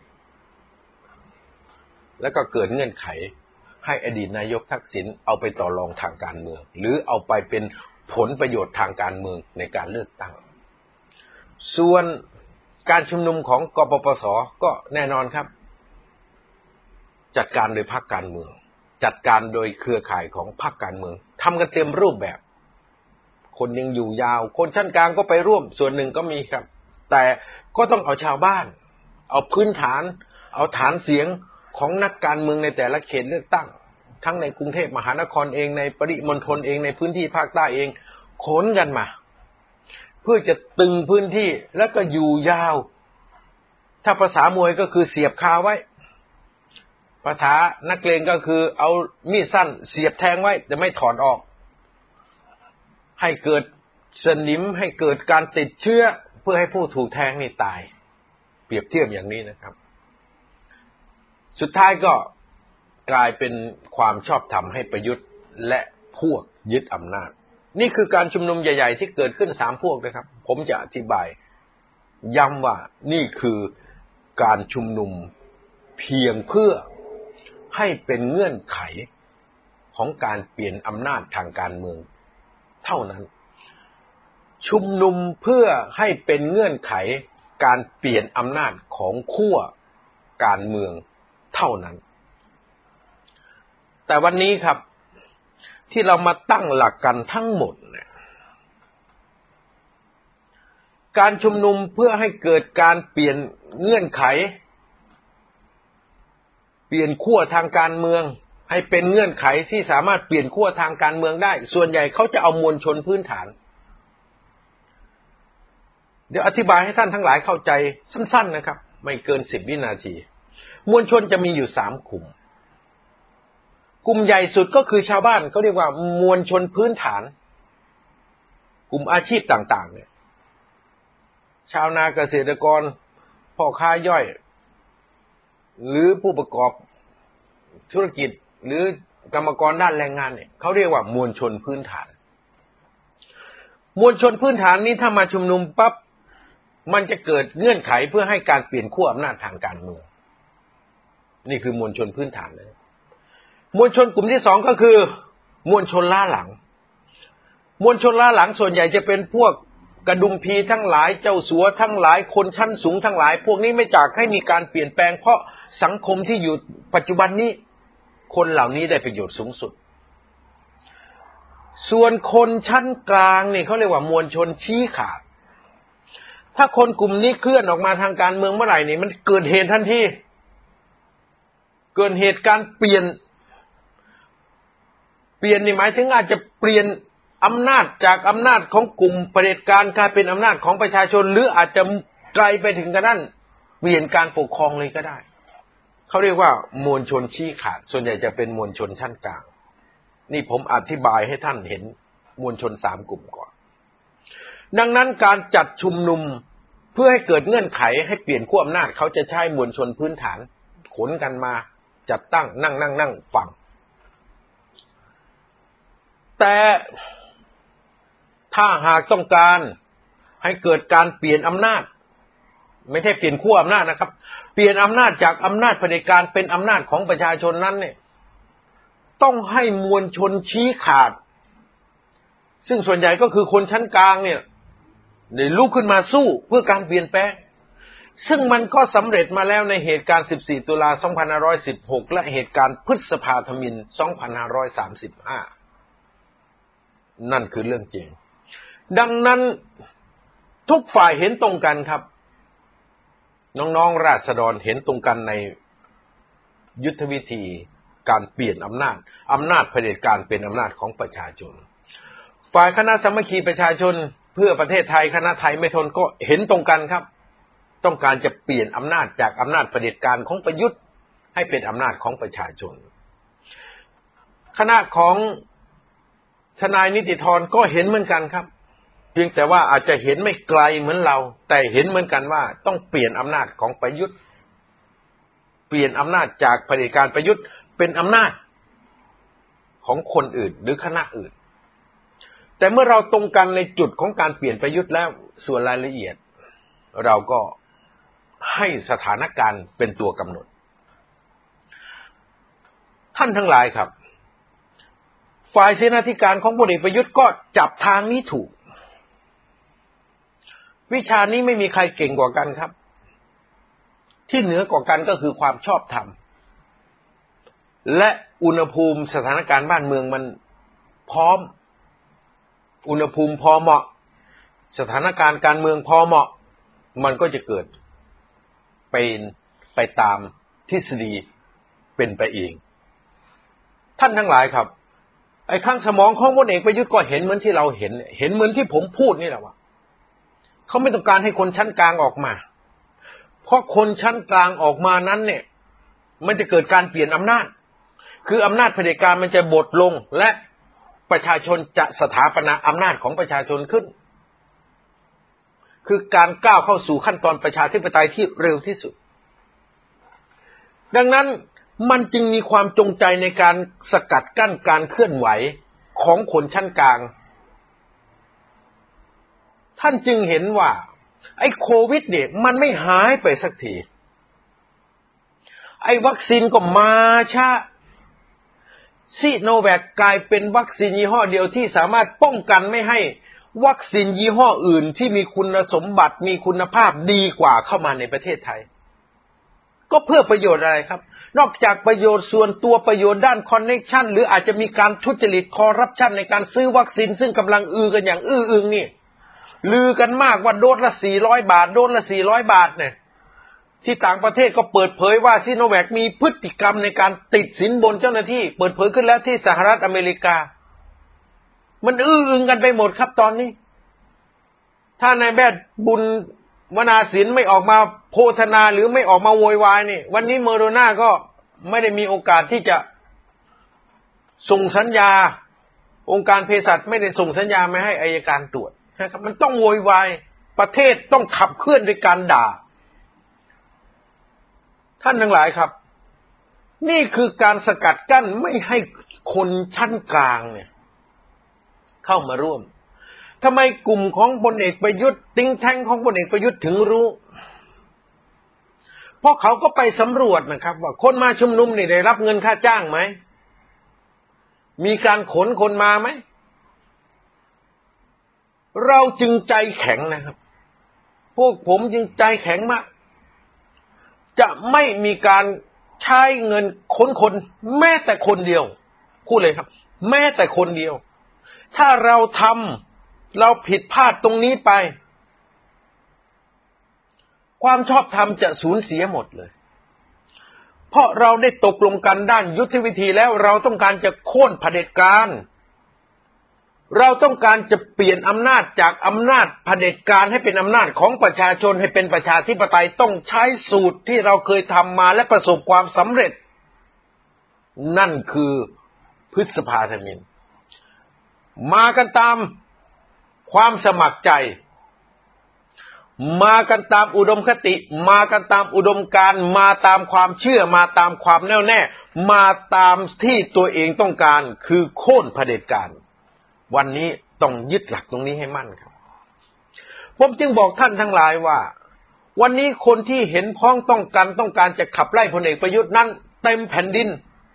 [SPEAKER 1] แล้วก็เกิดเงื่อนไขให้อดีตนายกทักษิณเอาไปต่อรองทางการเมืองหรือเอาไปเป็นผลประโยชน์ทางการเมืองในการเลือกตั้งส่วนการชุมนุมของกปปส.ก็แน่นอนครับจัดการโดยพรรคการเมืองจัดการโดยเครือข่ายของพรรคการเมืองทำกันเต็มรูปแบบคนยังอยู่ยาวคนชั้นกลางก็ไปร่วมส่วนหนึ่งก็มีครับแต่ก็ต้องเอาชาวบ้านเอาพื้นฐานเอาฐานเสียงของนักการเมืองในแต่ละเขตเลือกตั้งทั้งในกรุงเทพมหานครเองในปริมณฑลเองในพื้นที่ภาคใต้เองขนกันมาเพื่อจะตึงพื้นที่แล้วก็อยู่ยาวถ้าภาษามวยก็คือเสียบคาไว้ภาษานักเลงก็คือเอามีดสั้นเสียบแทงไว้แต่ไม่ถอนออกให้เกิดสนิมให้เกิดการติดเชื้อเพื่อให้ผู้ถูกแทงนี่ตายเปรียบเทียบอย่างนี้นะครับสุดท้ายก็กลายเป็นความชอบธรรมให้ประยุทธ์และพวกยึดอำนาจนี่คือการชุมนุมใหญ่ๆที่เกิดขึ้น3พวกนะครับผมจะอธิบายย้ำว่านี่คือการชุมนุมเพียงเพื่อให้เป็นเงื่อนไขของการเปลี่ยนอำนาจทางการเมืองเท่านั้นชุมนุมเพื่อให้เป็นเงื่อนไขการเปลี่ยนอำนาจของขั้วการเมืองเท่านั้นแต่วันนี้ครับที่เรามาตั้งหลักกันทั้งหมดเนี่ยการชุมนุมเพื่อให้เกิดการเปลี่ยนเงื่อนไขเปลี่ยนขั้วทางการเมืองให้เป็นเงื่อนไขที่สามารถเปลี่ยนขั้วทางการเมืองได้ส่วนใหญ่เขาจะเอามวลชนพื้นฐานเดี๋ยวอธิบายให้ท่านทั้งหลายเข้าใจสั้นๆนะครับไม่เกิน10 วินาทีมวลชนจะมีอยู่3 กลุ่มกลุ่มใหญ่สุดก็คือชาวบ้านเขาเรียกว่ามวลชนพื้นฐานกลุ่มอาชีพต่างๆเนี่ยชาวนาเกษตรกรพ่อค้าย่อยหรือผู้ประกอบธุรกิจหรือกรรมกรด้านแรงงานเนี่ยเขาเรียกว่ามวลชนพื้นฐานมวลชนพื้นฐานนี้ถ้ามาชุมนุมปั๊บมันจะเกิดเงื่อนไขเพื่อให้การเปลี่ยนขั้วอำนาจทางการเมืองนี่คือมวลชนพื้นฐานเลยมวลชนกลุ่มที่2ก็คือมวลชนล้าหลังมวลชนล้าหลังส่วนใหญ่จะเป็นพวกกระดุมพีทั้งหลายเจ้าสัวทั้งหลายคนชั้นสูงทั้งหลายพวกนี้ไม่อยากให้มีการเปลี่ยนแปลงเพราะสังคมที่อยู่ปัจจุบันนี้คนเหล่านี้ได้ประโยชน์สูงสุดส่วนคนชั้นกลางนี่เขาเรียกว่ามวลชนชี้ขาดถ้าคนกลุ่มนี้เคลื่อนออกมาทางการเมืองเมื่อไหร่นี่มันเกิดเหตุทันทีเกิดเหตุการณ์เปลี่ยนนี่หมายถึงอาจจะเปลี่ยนอำนาจจากอำนาจของกลุ่มเผด็จการกลายเป็นอำนาจของประชาชนหรืออาจจะไกลไปถึงกระนั้นเปลี่ยนการปกครองเลยก็ได้เขาเรียกว่ามวลชนชี้ขาดส่วนใหญ่จะเป็นมวลชนชั้นกลางนี่ผมอธิบายให้ท่านเห็นมวลชน3 กลุ่มก่อนดังนั้นการจัดชุมนุมเพื่อให้เกิดเงื่อนไขให้เปลี่ยนขั้วอำนาจเขาจะใช้มวลชนพื้นฐานขนกันมาจัดตั้งนั่งฟังแต่ถ้าหากต้องการให้เกิดการเปลี่ยนอำนาจไม่ใช่เปลี่ยนขั้วอำนาจนะครับเปลี่ยนอำนาจจากอำนาจเผด็จการเป็นอำนาจของประชาชนนั้นเนี่ยต้องให้มวลชนชี้ขาดซึ่งส่วนใหญ่ก็คือคนชั้นกลางเนี่ยได้ลุกขึ้นมาสู้เพื่อการเปลี่ยนแปลงซึ่งมันก็สำเร็จมาแล้วในเหตุการณ์14 ตุลา 2516และเหตุการณ์พฤษภาธมิฬ 2535นั่นคือเรื่องจริงดังนั้นทุกฝ่ายเห็นตรงกันครับน้องๆราษฎรเห็นตรงกันในยุทธวิธีการเปลี่ยนอำนาจเผด็จการเป็นอำนาจของประชาชนฝ่ายคณะสามัคคีประชาชนเพื่อประเทศไทยคณะไทยไม่ทนก็เห็นตรงกันครับต้องการจะเปลี่ยนอำนาจจากอำนาจเผด็จการของประยุทธ์ให้เป็นอำนาจของประชาชนคณะของทนายนิติธรก็เห็นเหมือนกันครับเพียงแต่ว่าอาจจะเห็นไม่ไกลเหมือนเราแต่เห็นเหมือนกันว่าต้องเปลี่ยนอำนาจของประยุทธ์เปลี่ยนอำนาจจากเผด็จการประยุทธ์เป็นอำนาจของคนอื่นหรือคณะอื่นแต่เมื่อเราตรงกันในจุดของการเปลี่ยนประยุทธ์แล้วส่วนรายละเอียดเราก็ให้สถานการณ์เป็นตัวกำหนดท่านทั้งหลายครับฝ่ายเสนาธิการของพลเอกประยุทธ์ก็จับทางนี้ถูกวิชานี้ไม่มีใครเก่งกว่ากันครับที่เหนือกว่ากันก็คือความชอบธรรมและอุณหภูมิสถานการณ์บ้านเมืองมันพร้อมอุณหภูมิพอเหมาะสถานการณ์การเมืองพอเหมาะมันก็จะเกิดเป็นไปตามทฤษฎีเป็นไปเองท่านทั้งหลายครับไอ้ข้างสมองของพลเอกประยุทธ์ก็เห็นเหมือนที่เราเห็นเหมือนที่ผมพูดนี่แหละว่าเขาไม่ต้องการให้คนชั้นกลางออกมาเพราะคนชั้นกลางออกมานั้นเนี่ยมันจะเกิดการเปลี่ยนอำนาจคืออำนาจเผด็จการมันจะบดลงและประชาชนจะสถาปนาอำนาจของประชาชนขึ้นคือการก้าวเข้าสู่ขั้นตอนประชาธิปไตยที่เร็วที่สุดดังนั้นมันจึงมีความจงใจในการสกัดกั้นการเคลื่อนไหวของคนชั้นกลางท่านจึงเห็นว่าไอ้โควิดเนี่ยมันไม่หายไปสักทีไอ้วัคซีนก็มาช้าซิโนแวคกลายเป็นวัคซีนยี่ห้อเดียวที่สามารถป้องกันไม่ให้วัคซีนยี่ห้ออื่นที่มีคุณสมบัติมีคุณภาพดีกว่าเข้ามาในประเทศไทยก็ก็เพื่อประโยชน์อะไรครับนอกจากประโยชน์ส่วนตัวประโยชน์ด้านคอนเนคชั่นหรืออาจจะมีการทุจริตคอร์รัปชันในการซื้อวัคซีนซึ่งกำลังกันอย่างอึงนี่ลือกันมากว่าโดสละ400 บาทโดสละ400 บาทเนี่ยที่ต่างประเทศก็เปิดเผยว่าซิโนแวคมีพฤติกรรมในการติดสินบนเจ้าหน้าที่เปิดเผยขึ้นแล้วที่สหรัฐอเมริกามันอึงกันไปหมดครับตอนนี้ถ้านายแพทย์บุญวนาศิลป์ไม่ออกมาโพธนาหรือไม่ออกมาโวยวายนี่วันนี้โมโดนาก็ไม่ได้มีโอกาสที่จะส่งสัญญาองค์การเภสัชไม่ได้ส่งสัญญาไม่ให้อัยการตรวจนะครับมันต้องโวยวายประเทศต้องขับเคลื่อนด้วยการด่าท่านทั้งหลายครับนี่คือการสกัดกั้นไม่ให้คนชั้นกลางเนี่ยเข้ามาร่วมทำไมกลุ่มของพลเอกประยุทธ์ติ้งแท้งของพลเอกประยุทธ์ถึงรู้เพราะเขาก็ไปสำรวจนะครับว่าคนมาชุมนุมนี่ได้รับเงินค่าจ้างไหมมีการขนคนมาไหมเราจึงใจแข็งนะครับพวกผมจึงใจแข็งมากจะไม่มีการใช้เงินค้นคนแม้แต่คนเดียวพูดเลยครับแม้แต่คนเดียวถ้าเราผิดพลาดตรงนี้ไปความชอบธรรมจะสูญเสียหมดเลยเพราะเราได้ตกลงกันด้านยุทธวิธีแล้วเราต้องการจะโค่นเผด็จการเราต้องการจะเปลี่ยนอำนาจจากอำนาจเผด็จการให้เป็นอำนาจของประชาชนให้เป็นประชาธิปไตยต้องใช้สูตรที่เราเคยทำมาและประสบความสำเร็จนั่นคือพฤษภาธมิฬมากันตามความสมัครใจมากันตามอุดมคติมากันตามอุดมการณ์มาตามความเชื่อมาตามความแน่วแน่มาตามที่ตัวเองต้องการคือโค่นเผด็จการวันนี้ต้องยึดหลักตรงนี้ให้มั่นครับผมจึงบอกท่านทั้งหลายว่าวันนี้คนที่เห็นพ้องต้องการจะขับไล่พลเอกประยุทธ์นั้นเต็มแผ่นดิน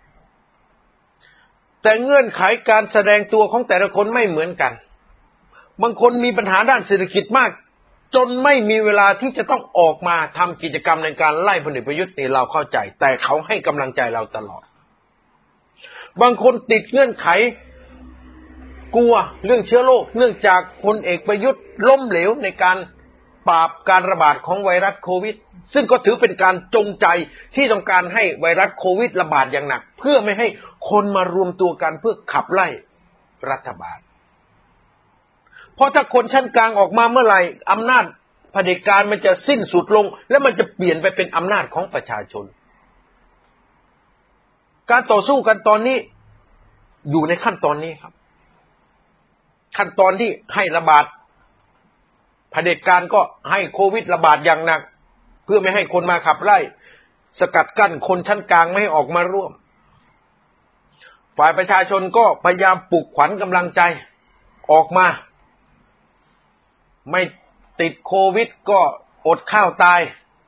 [SPEAKER 1] แต่เงื่อนไขการแสดงตัวของแต่ละคนไม่เหมือนกันบางคนมีปัญหาด้านเศรษฐกิจมากจนไม่มีเวลาที่จะต้องออกมาทำกิจกรรมในการไล่พลเอกประยุทธ์นี่เราเข้าใจแต่เขาให้กำลังใจเราตลอดบางคนติดเงื่อนไขกลัวเรื่องเชื้อโรคเนื่องจากพลเอกประยุทธ์ล้มเหลวในการปราบการระบาดของไวรัสโควิดซึ่งก็ถือเป็นการจงใจที่ต้องการให้ไวรัสโควิดระบาดอย่างหนักเพื่อไม่ให้คนมารวมตัวกันเพื่อขับไล่รัฐบาลเพราะถ้าคนชั้นกลางออกมาเมื่อไหร่อำนาจเผด็จการมันจะสิ้นสุดลงและมันจะเปลี่ยนไปเป็นอำนาจของประชาชนการต่อสู้กันตอนนี้อยู่ในขั้นตอนนี้ครับขั้นตอนที่ให้ระบาดเผด็จการก็ให้โควิดระบาดอย่างหนักเพื่อไม่ให้คนมาขับไล่สกัดกั้นคนชั้นกลางไม่ให้ออกมาร่วมฝ่ายประชาชนก็พยายามปลุกขวัญกำลังใจออกมาไม่ติดโควิดก็อดข้าวตาย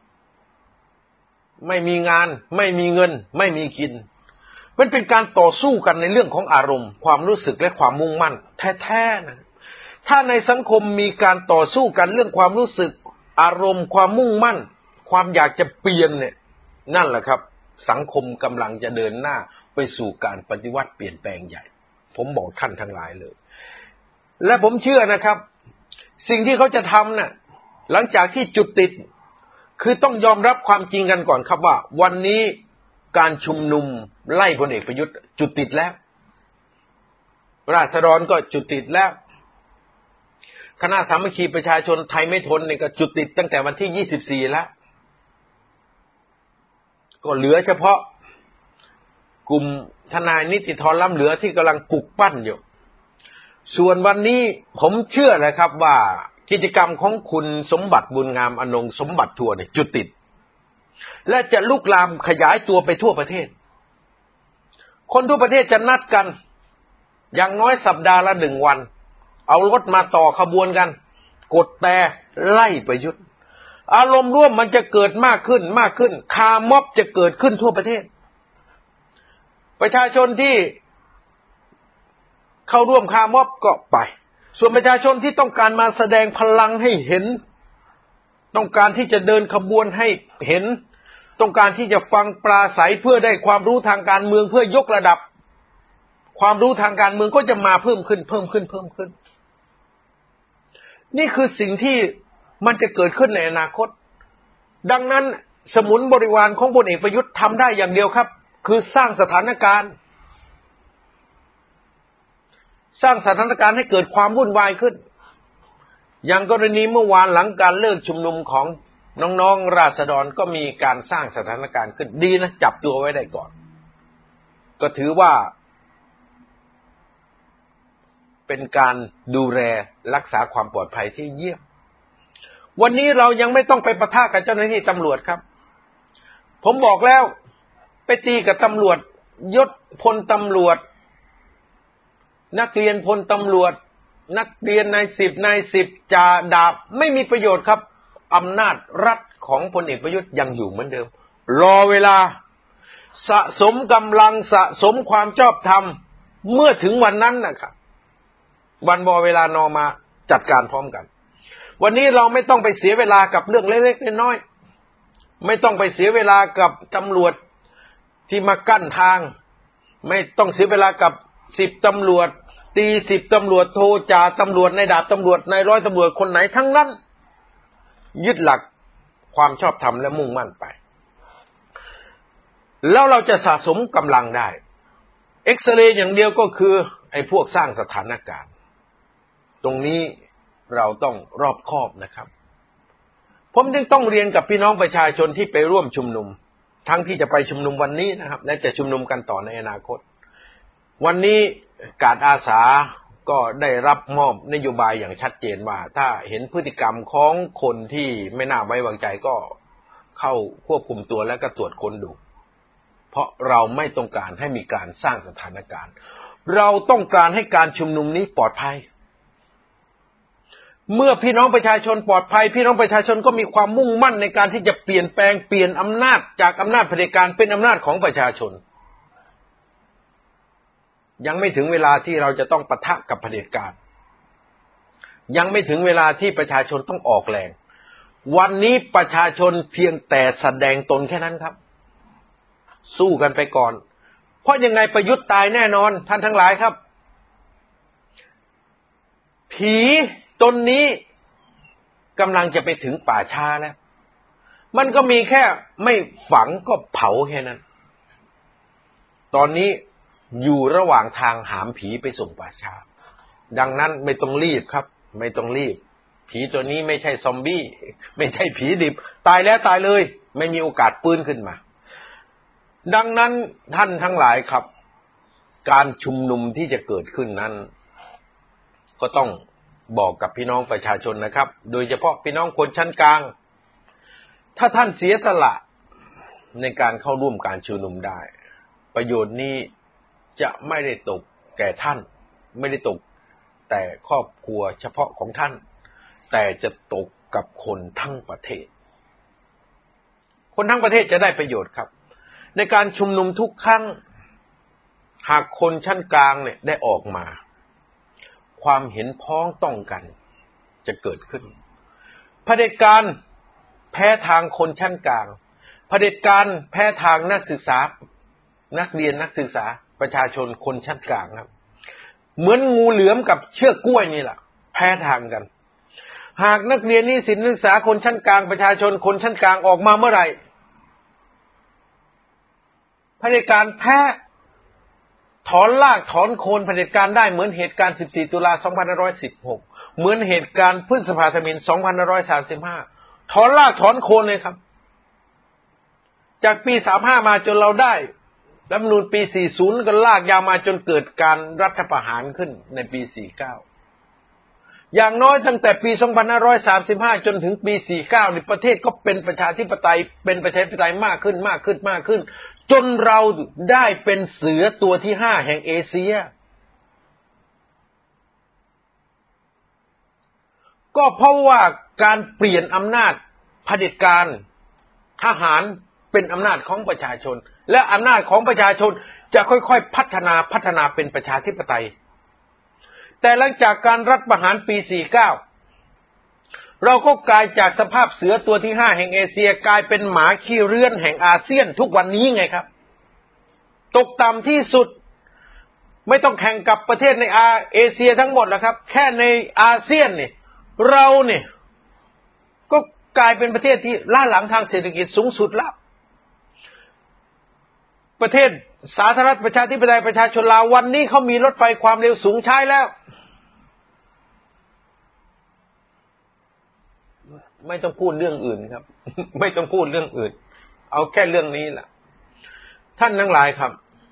[SPEAKER 1] ไม่มีงานไม่มีเงินไม่มีกินมันเป็นการต่อสู้กันในเรื่องของอารมณ์ความรู้สึกและความมุ่งมั่นแท้ๆนะถ้าในสังคมมีการต่อสู้กันเรื่องความรู้สึกอารมณ์ความมุ่งมั่นความอยากจะเปลี่ยนเนี่ยนั่นแหละครับสังคมกำลังจะเดินหน้าไปสู่การปฏิวัติเปลี่ยนแปลงใหญ่ผมบอกท่านทั้งหลายเลยและผมเชื่อนะครับสิ่งที่เขาจะทำน่ะหลังจากที่จุดติดคือต้องยอมรับความจริงกันก่อนครับว่าวันนี้การชุมนุมไล่พลเอกประยุทธ์จุดติดแล้วราษฎรก็จุดติดแล้วคณะสามัคคีประชาชนไทยไม่ทนนี่ก็จุดติดตั้งแต่วันที่24แล้วก็เหลือเฉพาะกลุ่มทนายนิติธรล้ำเหลือที่กำลังปลุกปั้นอยู่ส่วนวันนี้ผมเชื่อนะครับว่ากิจกรรมของคุณสมบัติบุญงามอนงค์สมบัติทัวร์เนี่ยจุดติดและจะลุกลามขยายตัวไปทั่วประเทศคนทั่วประเทศจะนัดกันอย่างน้อยสัปดาห์ละ1 วันเอารถมาต่อขบวนกันกดแต่ไล่ประยุทธ์อารมณ์ร่วมมันจะเกิดมากขึ้นคาร์ม็อบจะเกิดขึ้นทั่วประเทศประชาชนที่เข้าร่วมคาร์ม็อบก็ไปส่วนประชาชนที่ต้องการมาแสดงพลังให้เห็นต้องการที่จะเดินขบวนให้เห็นต้องการที่จะฟังปราศัยเพื่อได้ความรู้ทางการเมืองเพื่อยกระดับความรู้ทางการเมืองก็จะมาเพิ่มขึ้นนี่คือสิ่งที่มันจะเกิดขึ้นในอนาคตดังนั้นสมุนบริวารของพลเอกประยุทธ์ทำได้อย่างเดียวครับคือสร้างสถานการณ์ให้เกิดความวุ่นวายขึ้นอย่างกรณีเมื่อวานหลังการเลิกชุมนุมของน้องๆราษฎรก็มีการสร้างสถานการณ์ขึ้นดีนะจับตัวไว้ได้ก่อนก็ถือว่าเป็นการดูแลรักษาความปลอดภัยที่เยี่ยมวันนี้เรายังไม่ต้องไปปะทะกับเจ้าหน้าที่ตำรวจครับผมบอกแล้วไปตีกับตำรวจยศพลตำรวจนักเรียนพลตำรวจนักเรียนนายสิบจ่าดาบไม่มีประโยชน์ครับอำนาจรัฐของพลเอกประยุทธ์ยังอยู่เหมือนเดิมรอเวลาสะสมกำลังสะสมความชอบธรรมเมื่อถึงวันนั้นนะครับวันเวลานอมาจัดการพร้อมกันวันนี้เราไม่ต้องไปเสียเวลากับเรื่องเล็กๆน้อยๆไม่ต้องไปเสียเวลากับตำรวจที่มากั้นทางไม่ต้องเสียเวลากับ10ตำรวจตี10ตำรวจโทจ่าตำรวจนายดาบตำรวจนายร้อยตำรวจคนไหนทั้งนั้นยึดหลักความชอบธรรมและมุ่งมั่นไปแล้วเราจะสะสมกำลังได้เอ็กซเรย์อย่างเดียวก็คือไอ้พวกสร้างสถานการณ์ตรงนี้เราต้องรอบคอบนะครับผมจึงต้องเรียนกับพี่น้องประชาชนที่ไปร่วมชุมนุมทั้งที่จะไปชุมนุมวันนี้นะครับและจะชุมนุมกันต่อในอนาคตวันนี้การอาสาก็ได้รับมอบนโยบายอย่างชัดเจนว่าถ้าเห็นพฤติกรรมของคนที่ไม่น่าไว้วางใจก็เข้าควบคุมตัวและก็ตรวจค้นดูเพราะเราไม่ต้องการให้มีการสร้างสถานการณ์เราต้องการให้การชุมนุมนี้ปลอดภัยเมื่อพี่น้องประชาชนปลอดภัยพี่น้องประชาชนก็มีความมุ่งมั่นในการที่จะเปลี่ยนแปลงเปลี่ยนอำนาจจากอำนาจเผด็จการเป็นอำนาจของประชาชนยังไม่ถึงเวลาที่เราจะต้องปะทะกับเผด็จการยังไม่ถึงเวลาที่ประชาชนต้องออกแรงวันนี้ประชาชนเพียงแต่แสดงตนแค่นั้นครับสู้กันไปก่อนเพราะยังไงประยุทธ์ตายแน่นอนท่านทั้งหลายครับผีตนนี้กำลังจะไปถึงป่าช้าแล้วมันก็มีแค่ไม่ฝังก็เผาแค่นั้นตอนนี้อยู่ระหว่างทางหามผีไปส่งป่าช้าดังนั้นไม่ต้องรีบครับไม่ต้องรีบผีตัวนี้ไม่ใช่ซอมบี้ไม่ใช่ผีดิบตายแล้วตายเลยไม่มีโอกาสฟื้นขึ้นมาดังนั้นท่านทั้งหลายครับการชุมนุมที่จะเกิดขึ้นนั้นก็ต้องบอกกับพี่น้องประชาชนนะครับโดยเฉพาะพี่น้องคนชั้นกลางถ้าท่านเสียสละในการเข้าร่วมการชุมนุมได้ประโยชน์นี้จะไม่ได้ตกแก่ท่านไม่ได้ตกแต่ครอบครัวเฉพาะของท่านแต่จะตกกับคนทั้งประเทศคนทั้งประเทศจะได้ประโยชน์ครับในการชุมนุมทุกครั้งหากคนชั้นกลางเนี่ยได้ออกมาความเห็นพ้องต้องกันจะเกิดขึ้นเผด็จการแพ้ทางคนชั้นกลางเผด็จการแพ้ทางนักศึกษานักเรียนนักศึกษาประชาชนคนชั้นกลางครับเหมือนงูเหลือมกับเชือกกล้วยนี่แหละแพ้ทางกันหากนักเรียนนิสิตนักศึกษาคนชั้นกลางประชาชนคนชั้นกลางออกมาเมื่อไหร่เผด็จการแพ้ถอนรากถอนโคนเผด็จการได้เหมือนเหตุการณ์14ตุลา2516เหมือนเหตุการณ์พฤษภาธมิฬ2535ถอนรากถอนโคนเลยครับจากปี35มาจนเราได้รัฐธรรมนูญปี40ก็ลากยาวมาจนเกิดการรัฐประหารขึ้นในปี49อย่างน้อยตั้งแต่ปี2535จนถึงปี49นี่ประเทศก็เป็นประชาธิปไตยเป็นประชาธิปไตยมากขึ้นจนเราได้เป็นเสือตัวที่5แห่งเอเชียก็เพราะว่าการเปลี่ยนอำนาจเผด็จการทหารเป็นอำนาจของประชาชนและอำนาจของประชาชนจะค่อยๆพัฒนาเป็นประชาธิปไตยแต่หลังจากการรัฐประหารปีเราก็กลายจากสภาพเสือตัวที่5แห่งเอเชียกลายเป็นหมาขี้เรื้อนแห่งอาเซียนทุกวันนี้ไงครับตกต่ำที่สุดไม่ต้องแข่งกับประเทศในเอเชียทั้งหมดแล้วครับแค่ในอาเซียนเนี่ยเราเนี่ยก็กลายเป็นประเทศที่ล้าหลังทางเศรษฐกิจสูงสุดแล้วประเทศสาธารณรัฐประชาธิปไตยประชาชนลาววันนี้เขามีรถไฟความเร็วสูงใช้แล้วไม่ต้องพูดเรื่องอื่นครับ ไม่ต้องพูดเรื่องอื่นเอาแค่เรื่องนี้แหละท่านทั้งหลายครับ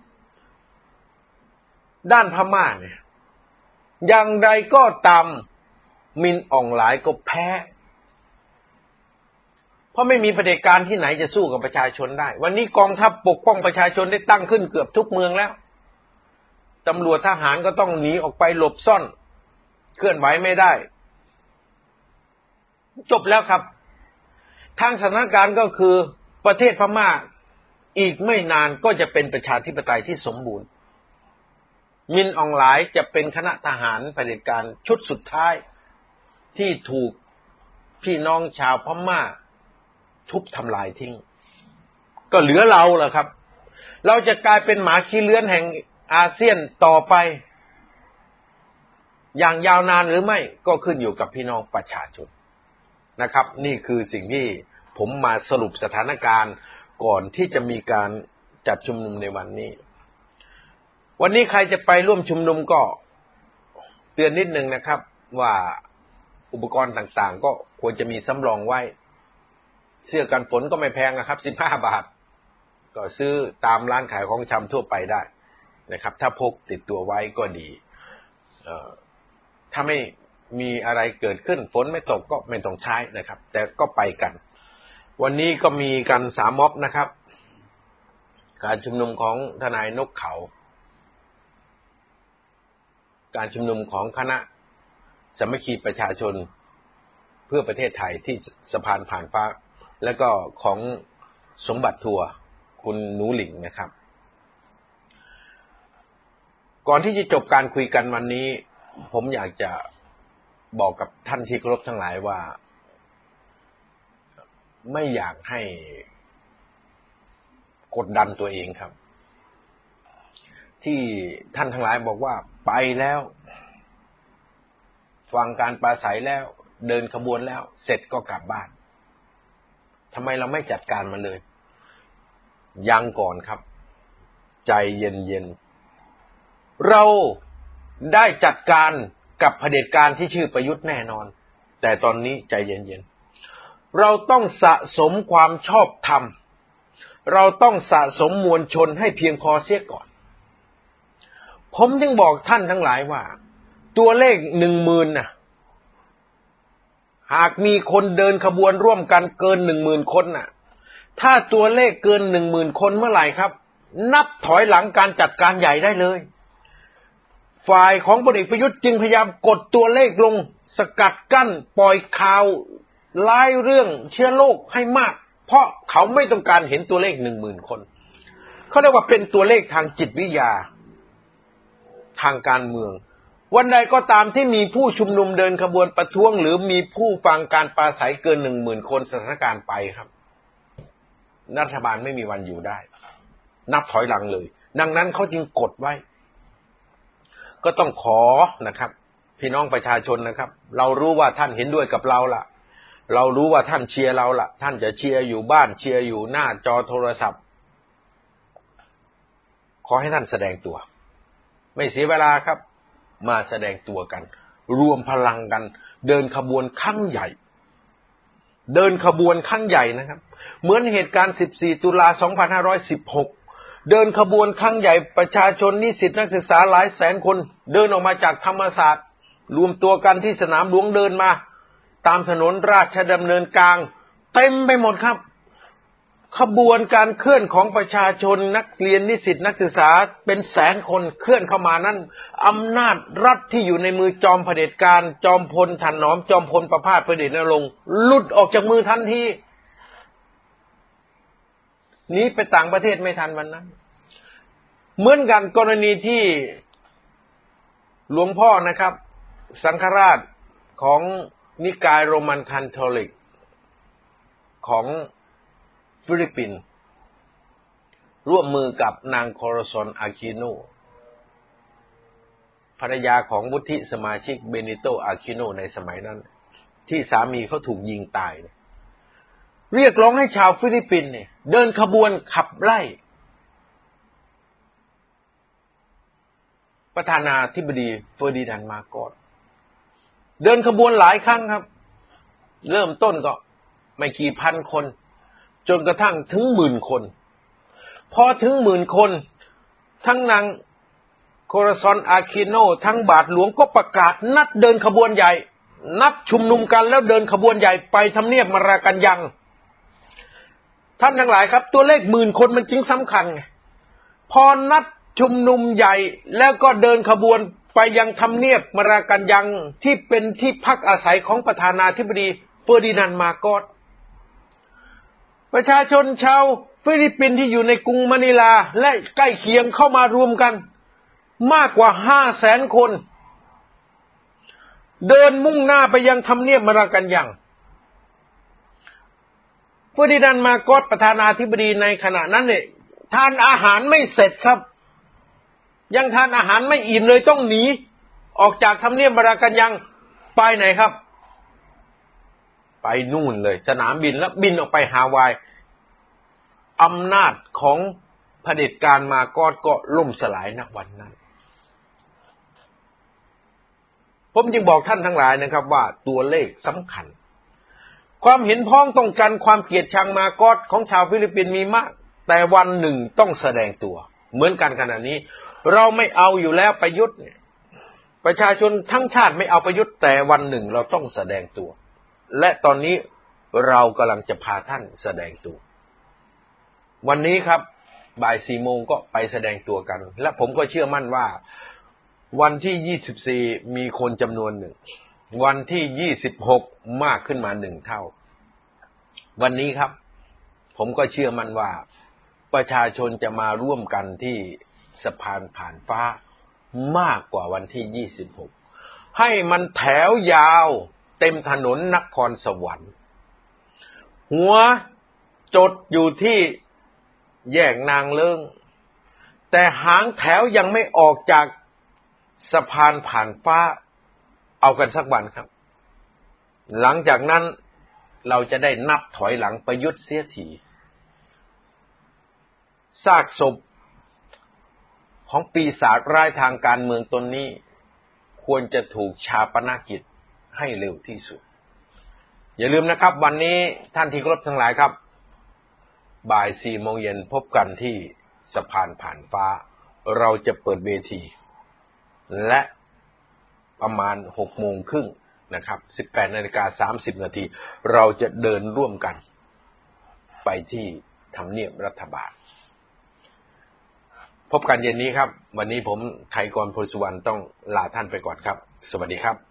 [SPEAKER 1] ด้านพม่าเนี่ยอย่างใดก็ตามมินอ่องหลายก็แพ้เพราะไม่มีเผด็จการที่ไหนจะสู้กับประชาชนได้วันนี้กองทัพปกป้องประชาชนได้ตั้งขึ้นเกือบทุกเมืองแล้วตำรวจทหารก็ต้องหนีออกไปหลบซ่อนเคลื่อนไหวไม่ได้จบแล้วครับทางสถานการณ์ก็คือประเทศพม่าอีกไม่นานก็จะเป็นประชาธิปไตยที่สมบูรณ์มินอองหลายจะเป็นคณะทหารเผด็จการชุดสุดท้ายที่ถูกพี่น้องชาวพม่าทุบทำลายทิ้งก็เหลือเราล่ะครับเราจะกลายเป็นหมาขี้เลื้อนแห่งอาเซียนต่อไปอย่างยาวนานหรือไม่ก็ขึ้นอยู่กับพี่น้องประชาชนนะครับนี่คือสิ่งที่ผมมาสรุปสถานการณ์ก่อนที่จะมีการจัดชุมนุมในวันนี้วันนี้ใครจะไปร่วมชุมนุมก็เตือนนิดนึงนะครับว่าอุปกรณ์ต่างๆก็ควรจะมีสำรองไว้เสื้อกันฝนก็ไม่แพงนะครับ15 บาทก็ซื้อตามร้านขายของชำทั่วไปได้นะครับถ้าพกติดตัวไว้ก็ดีถ้าไม่มีอะไรเกิดขึ้นฝนไม่ตกก็ไม่ต้องใช้นะครับแต่ก็ไปกันวันนี้ก็มีกัน3 ม็อบนะครับการชุมนุมของทนายนกเขาการชุมนุมของคณะสามัคคีประชาชนเพื่อประเทศไทยที่สะพานผ่านฟ้าแล้วก็ของสมบัติทัวร์คุณหนูหลิงนะครับก่อนที่จะจบการคุยกันวันนี้ผมอยากจะบอกกับท่านที่เคารพทั้งหลายว่าไม่อยากให้กดดันตัวเองครับที่ท่านทั้งหลายบอกว่าไปแล้วฟังการปราศัยแล้วเดินขบวนแล้วเสร็จก็กลับบ้านทำไมเราไม่จัดการมันเลยยังก่อนครับใจเย็นๆเราได้จัดการกับเผด็จการที่ชื่อประยุทธ์แน่นอนแต่ตอนนี้ใจเย็นๆเราต้องสะสมความชอบธรรมเราต้องสะสมมวลชนให้เพียงพอเสียก่อนผมจึงบอกท่านทั้งหลายว่าตัวเลข 10,000 น่ะหากมีคนเดินขบวนร่วมกันเกิน 10,000 คนน่ะถ้าตัวเลขเกิน 10,000 คนเมื่อไหร่ครับนับถอยหลังการจัดการใหญ่ได้เลยฝ่ายของพลเอกประยุทธ์จึงพยายามกดตัวเลขลงสกัดกั้นปล่อยข่าวร้ายเรื่องเชื้อโรคให้มากเพราะเขาไม่ต้องการเห็นตัวเลข 10,000 คนเขาเรียกว่าเป็นตัวเลขทางจิตวิทยาทางการเมืองวันใดก็ตามที่มีผู้ชุมนุมเดินขบวนประท้วงหรือมีผู้ฟังการปราศัยเกิน 10,000 คนสถานการณ์ไปครับรัฐบาลไม่มีวันอยู่ได้นับถอยหลังเลยดังนั้นเขาจึงกดไว้ก็ต้องขอนะครับพี่น้องประชาชนนะครับเรารู้ว่าท่านเห็นด้วยกับเราล่ะเรารู้ว่าท่านเชียร์เราล่ะท่านจะเชียร์อยู่บ้านเชียร์อยู่หน้าจอโทรศัพท์ขอให้ท่านแสดงตัวไม่เสียเวลาครับมาแสดงตัวกันรวมพลังกันเดินขบวนครั้งใหญ่เดินขบวนครั้งใหญ่นะครับเหมือนเหตุการณ์14 ตุลา 2516เดินขบวนครั้งใหญ่ประชาชนนิสิตนักศึกษาหลายแสนคนเดินออกมาจากธรรมศาสตร์รวมตัวกันที่สนามหลวงเดินมาตามถนนราชดำเนินกลางเต็มไปหมดครับขบวนการเคลื่อนของประชาชนนักเรียนนิสิตนักศึกษาเป็นแสนคนเคลื่อนเข้ามานั้นอำนาจรัฐที่อยู่ในมือจอมเผด็จการจอมพลถนอมจอมพลประภาสประเดชนรงค์หลุดออกจากมือทันทีหนีไปต่างประเทศไม่ทันวันนั้นเหมือนกันกรณีที่หลวงพ่อนะครับสังฆราชของนิกายโรมันคาทอลิกของฟิลิปปินส์ร่วมมือกับนางคอราซอนอาคิโนภรรยาของวุฒิสมาชิกเบนิโตอาคิโนในสมัยนั้นที่สามีเขาถูกยิงตายเรียกร้องให้ชาวฟิลิปปินส์เนี่ยเดินขบวนขับไล่ประธานาธิบดีเฟอร์ดินานด์มาโกสเดินขบวนหลายครั้งครับเริ่มต้นก็ไม่กี่พันคนจนกระทั่งถึง10,000 คนพอถึง10,000 คนทั้งนางโคราซอนอาคิโนทั้งบาทหลวงก็ประกาศนัดเดินขบวนใหญ่นัดชุมนุมกันแล้วเดินขบวนใหญ่ไปทำเนียบมารากันยังท่านทั้งหลายครับตัวเลข10,000 คนมันจึงสำคัญไงพอนัดชุมนุมใหญ่แล้วก็เดินขบวนไปยังทำเนียบมารากันยังที่เป็นที่พักอาศัยของประธานาธิบดีเฟอร์ดินานด์มาโกสประชาชนชาวฟิลิปปินส์ที่อยู่ในกรุงมะนิลาและใกล้เคียงเข้ามารวมกันมากกว่า500,000 คนเดินมุ่งหน้าไปยังทำเนียบมารากันยังเฟอร์ดินานด์มาโกสประธานาธิบดีในขณะนั้นเนี่ยทานอาหารไม่เสร็จครับยังทานอาหารไม่อิ่มเลยต้องหนีออกจากทำเนียบมารากันยังไปไหนครับไปนู่นเลยสนามบินแล้วบินออกไปฮาวายอำนาจของเผด็จการมาโกสก็ล่มสลายณวันนั้นผมจึงบอกท่านทั้งหลายนะครับว่าตัวเลขสำคัญความเห็นพ้องต้องกันความเกลียดชังมาโกสของชาวฟิลิปปินส์มีมากแต่วันหนึ่งต้องแสดงตัวเหมือนกันขณะนี้เราไม่เอาอยู่แล้วประยุทธ์เนี่ยประชาชนทั้งชาติไม่เอาประยุทธ์แต่วันหนึ่งเราต้องแสดงตัวและตอนนี้เรากำลังจะพาท่านแสดงตัววันนี้ครับบ่าย 4 โมงก็ไปแสดงตัวกันและผมก็เชื่อมั่นว่าวันที่ 24มีคนจำนวนหนึ่งวันที่ 26มากขึ้นมา1 เท่าวันนี้ครับผมก็เชื่อมั่นว่าประชาชนจะมาร่วมกันที่สะพานผ่านฟ้ามากกว่าวันที่26ให้มันแถวยาวเต็มถนนนครสวรรค์หัวจดอยู่ที่แยกนางเลิ้งแต่หางแถวยังไม่ออกจากสะพานผ่านฟ้าเอากันสักวันครับหลังจากนั้นเราจะได้นับถอยหลังประยุทธ์เสียทีซากศพของปีศาจร้ายทางการเมืองตนนี้ควรจะถูกฌาปนกิจให้เร็วที่สุดอย่าลืมนะครับวันนี้ท่านที่เคารพทั้งหลายครับบ่าย 4 โมงเย็นพบกันที่สะพานผ่านฟ้าเราจะเปิดเวทีและประมาณ 6 โมงครึ่งนะครับ 18:30 นาทีเราจะเดินร่วมกันไปที่ทำเนียบรัฐบาลพบกันเย็นนี้ครับวันนี้ผมไทยกร พลสุวรรณต้องลาท่านไปก่อนครับสวัสดีครับ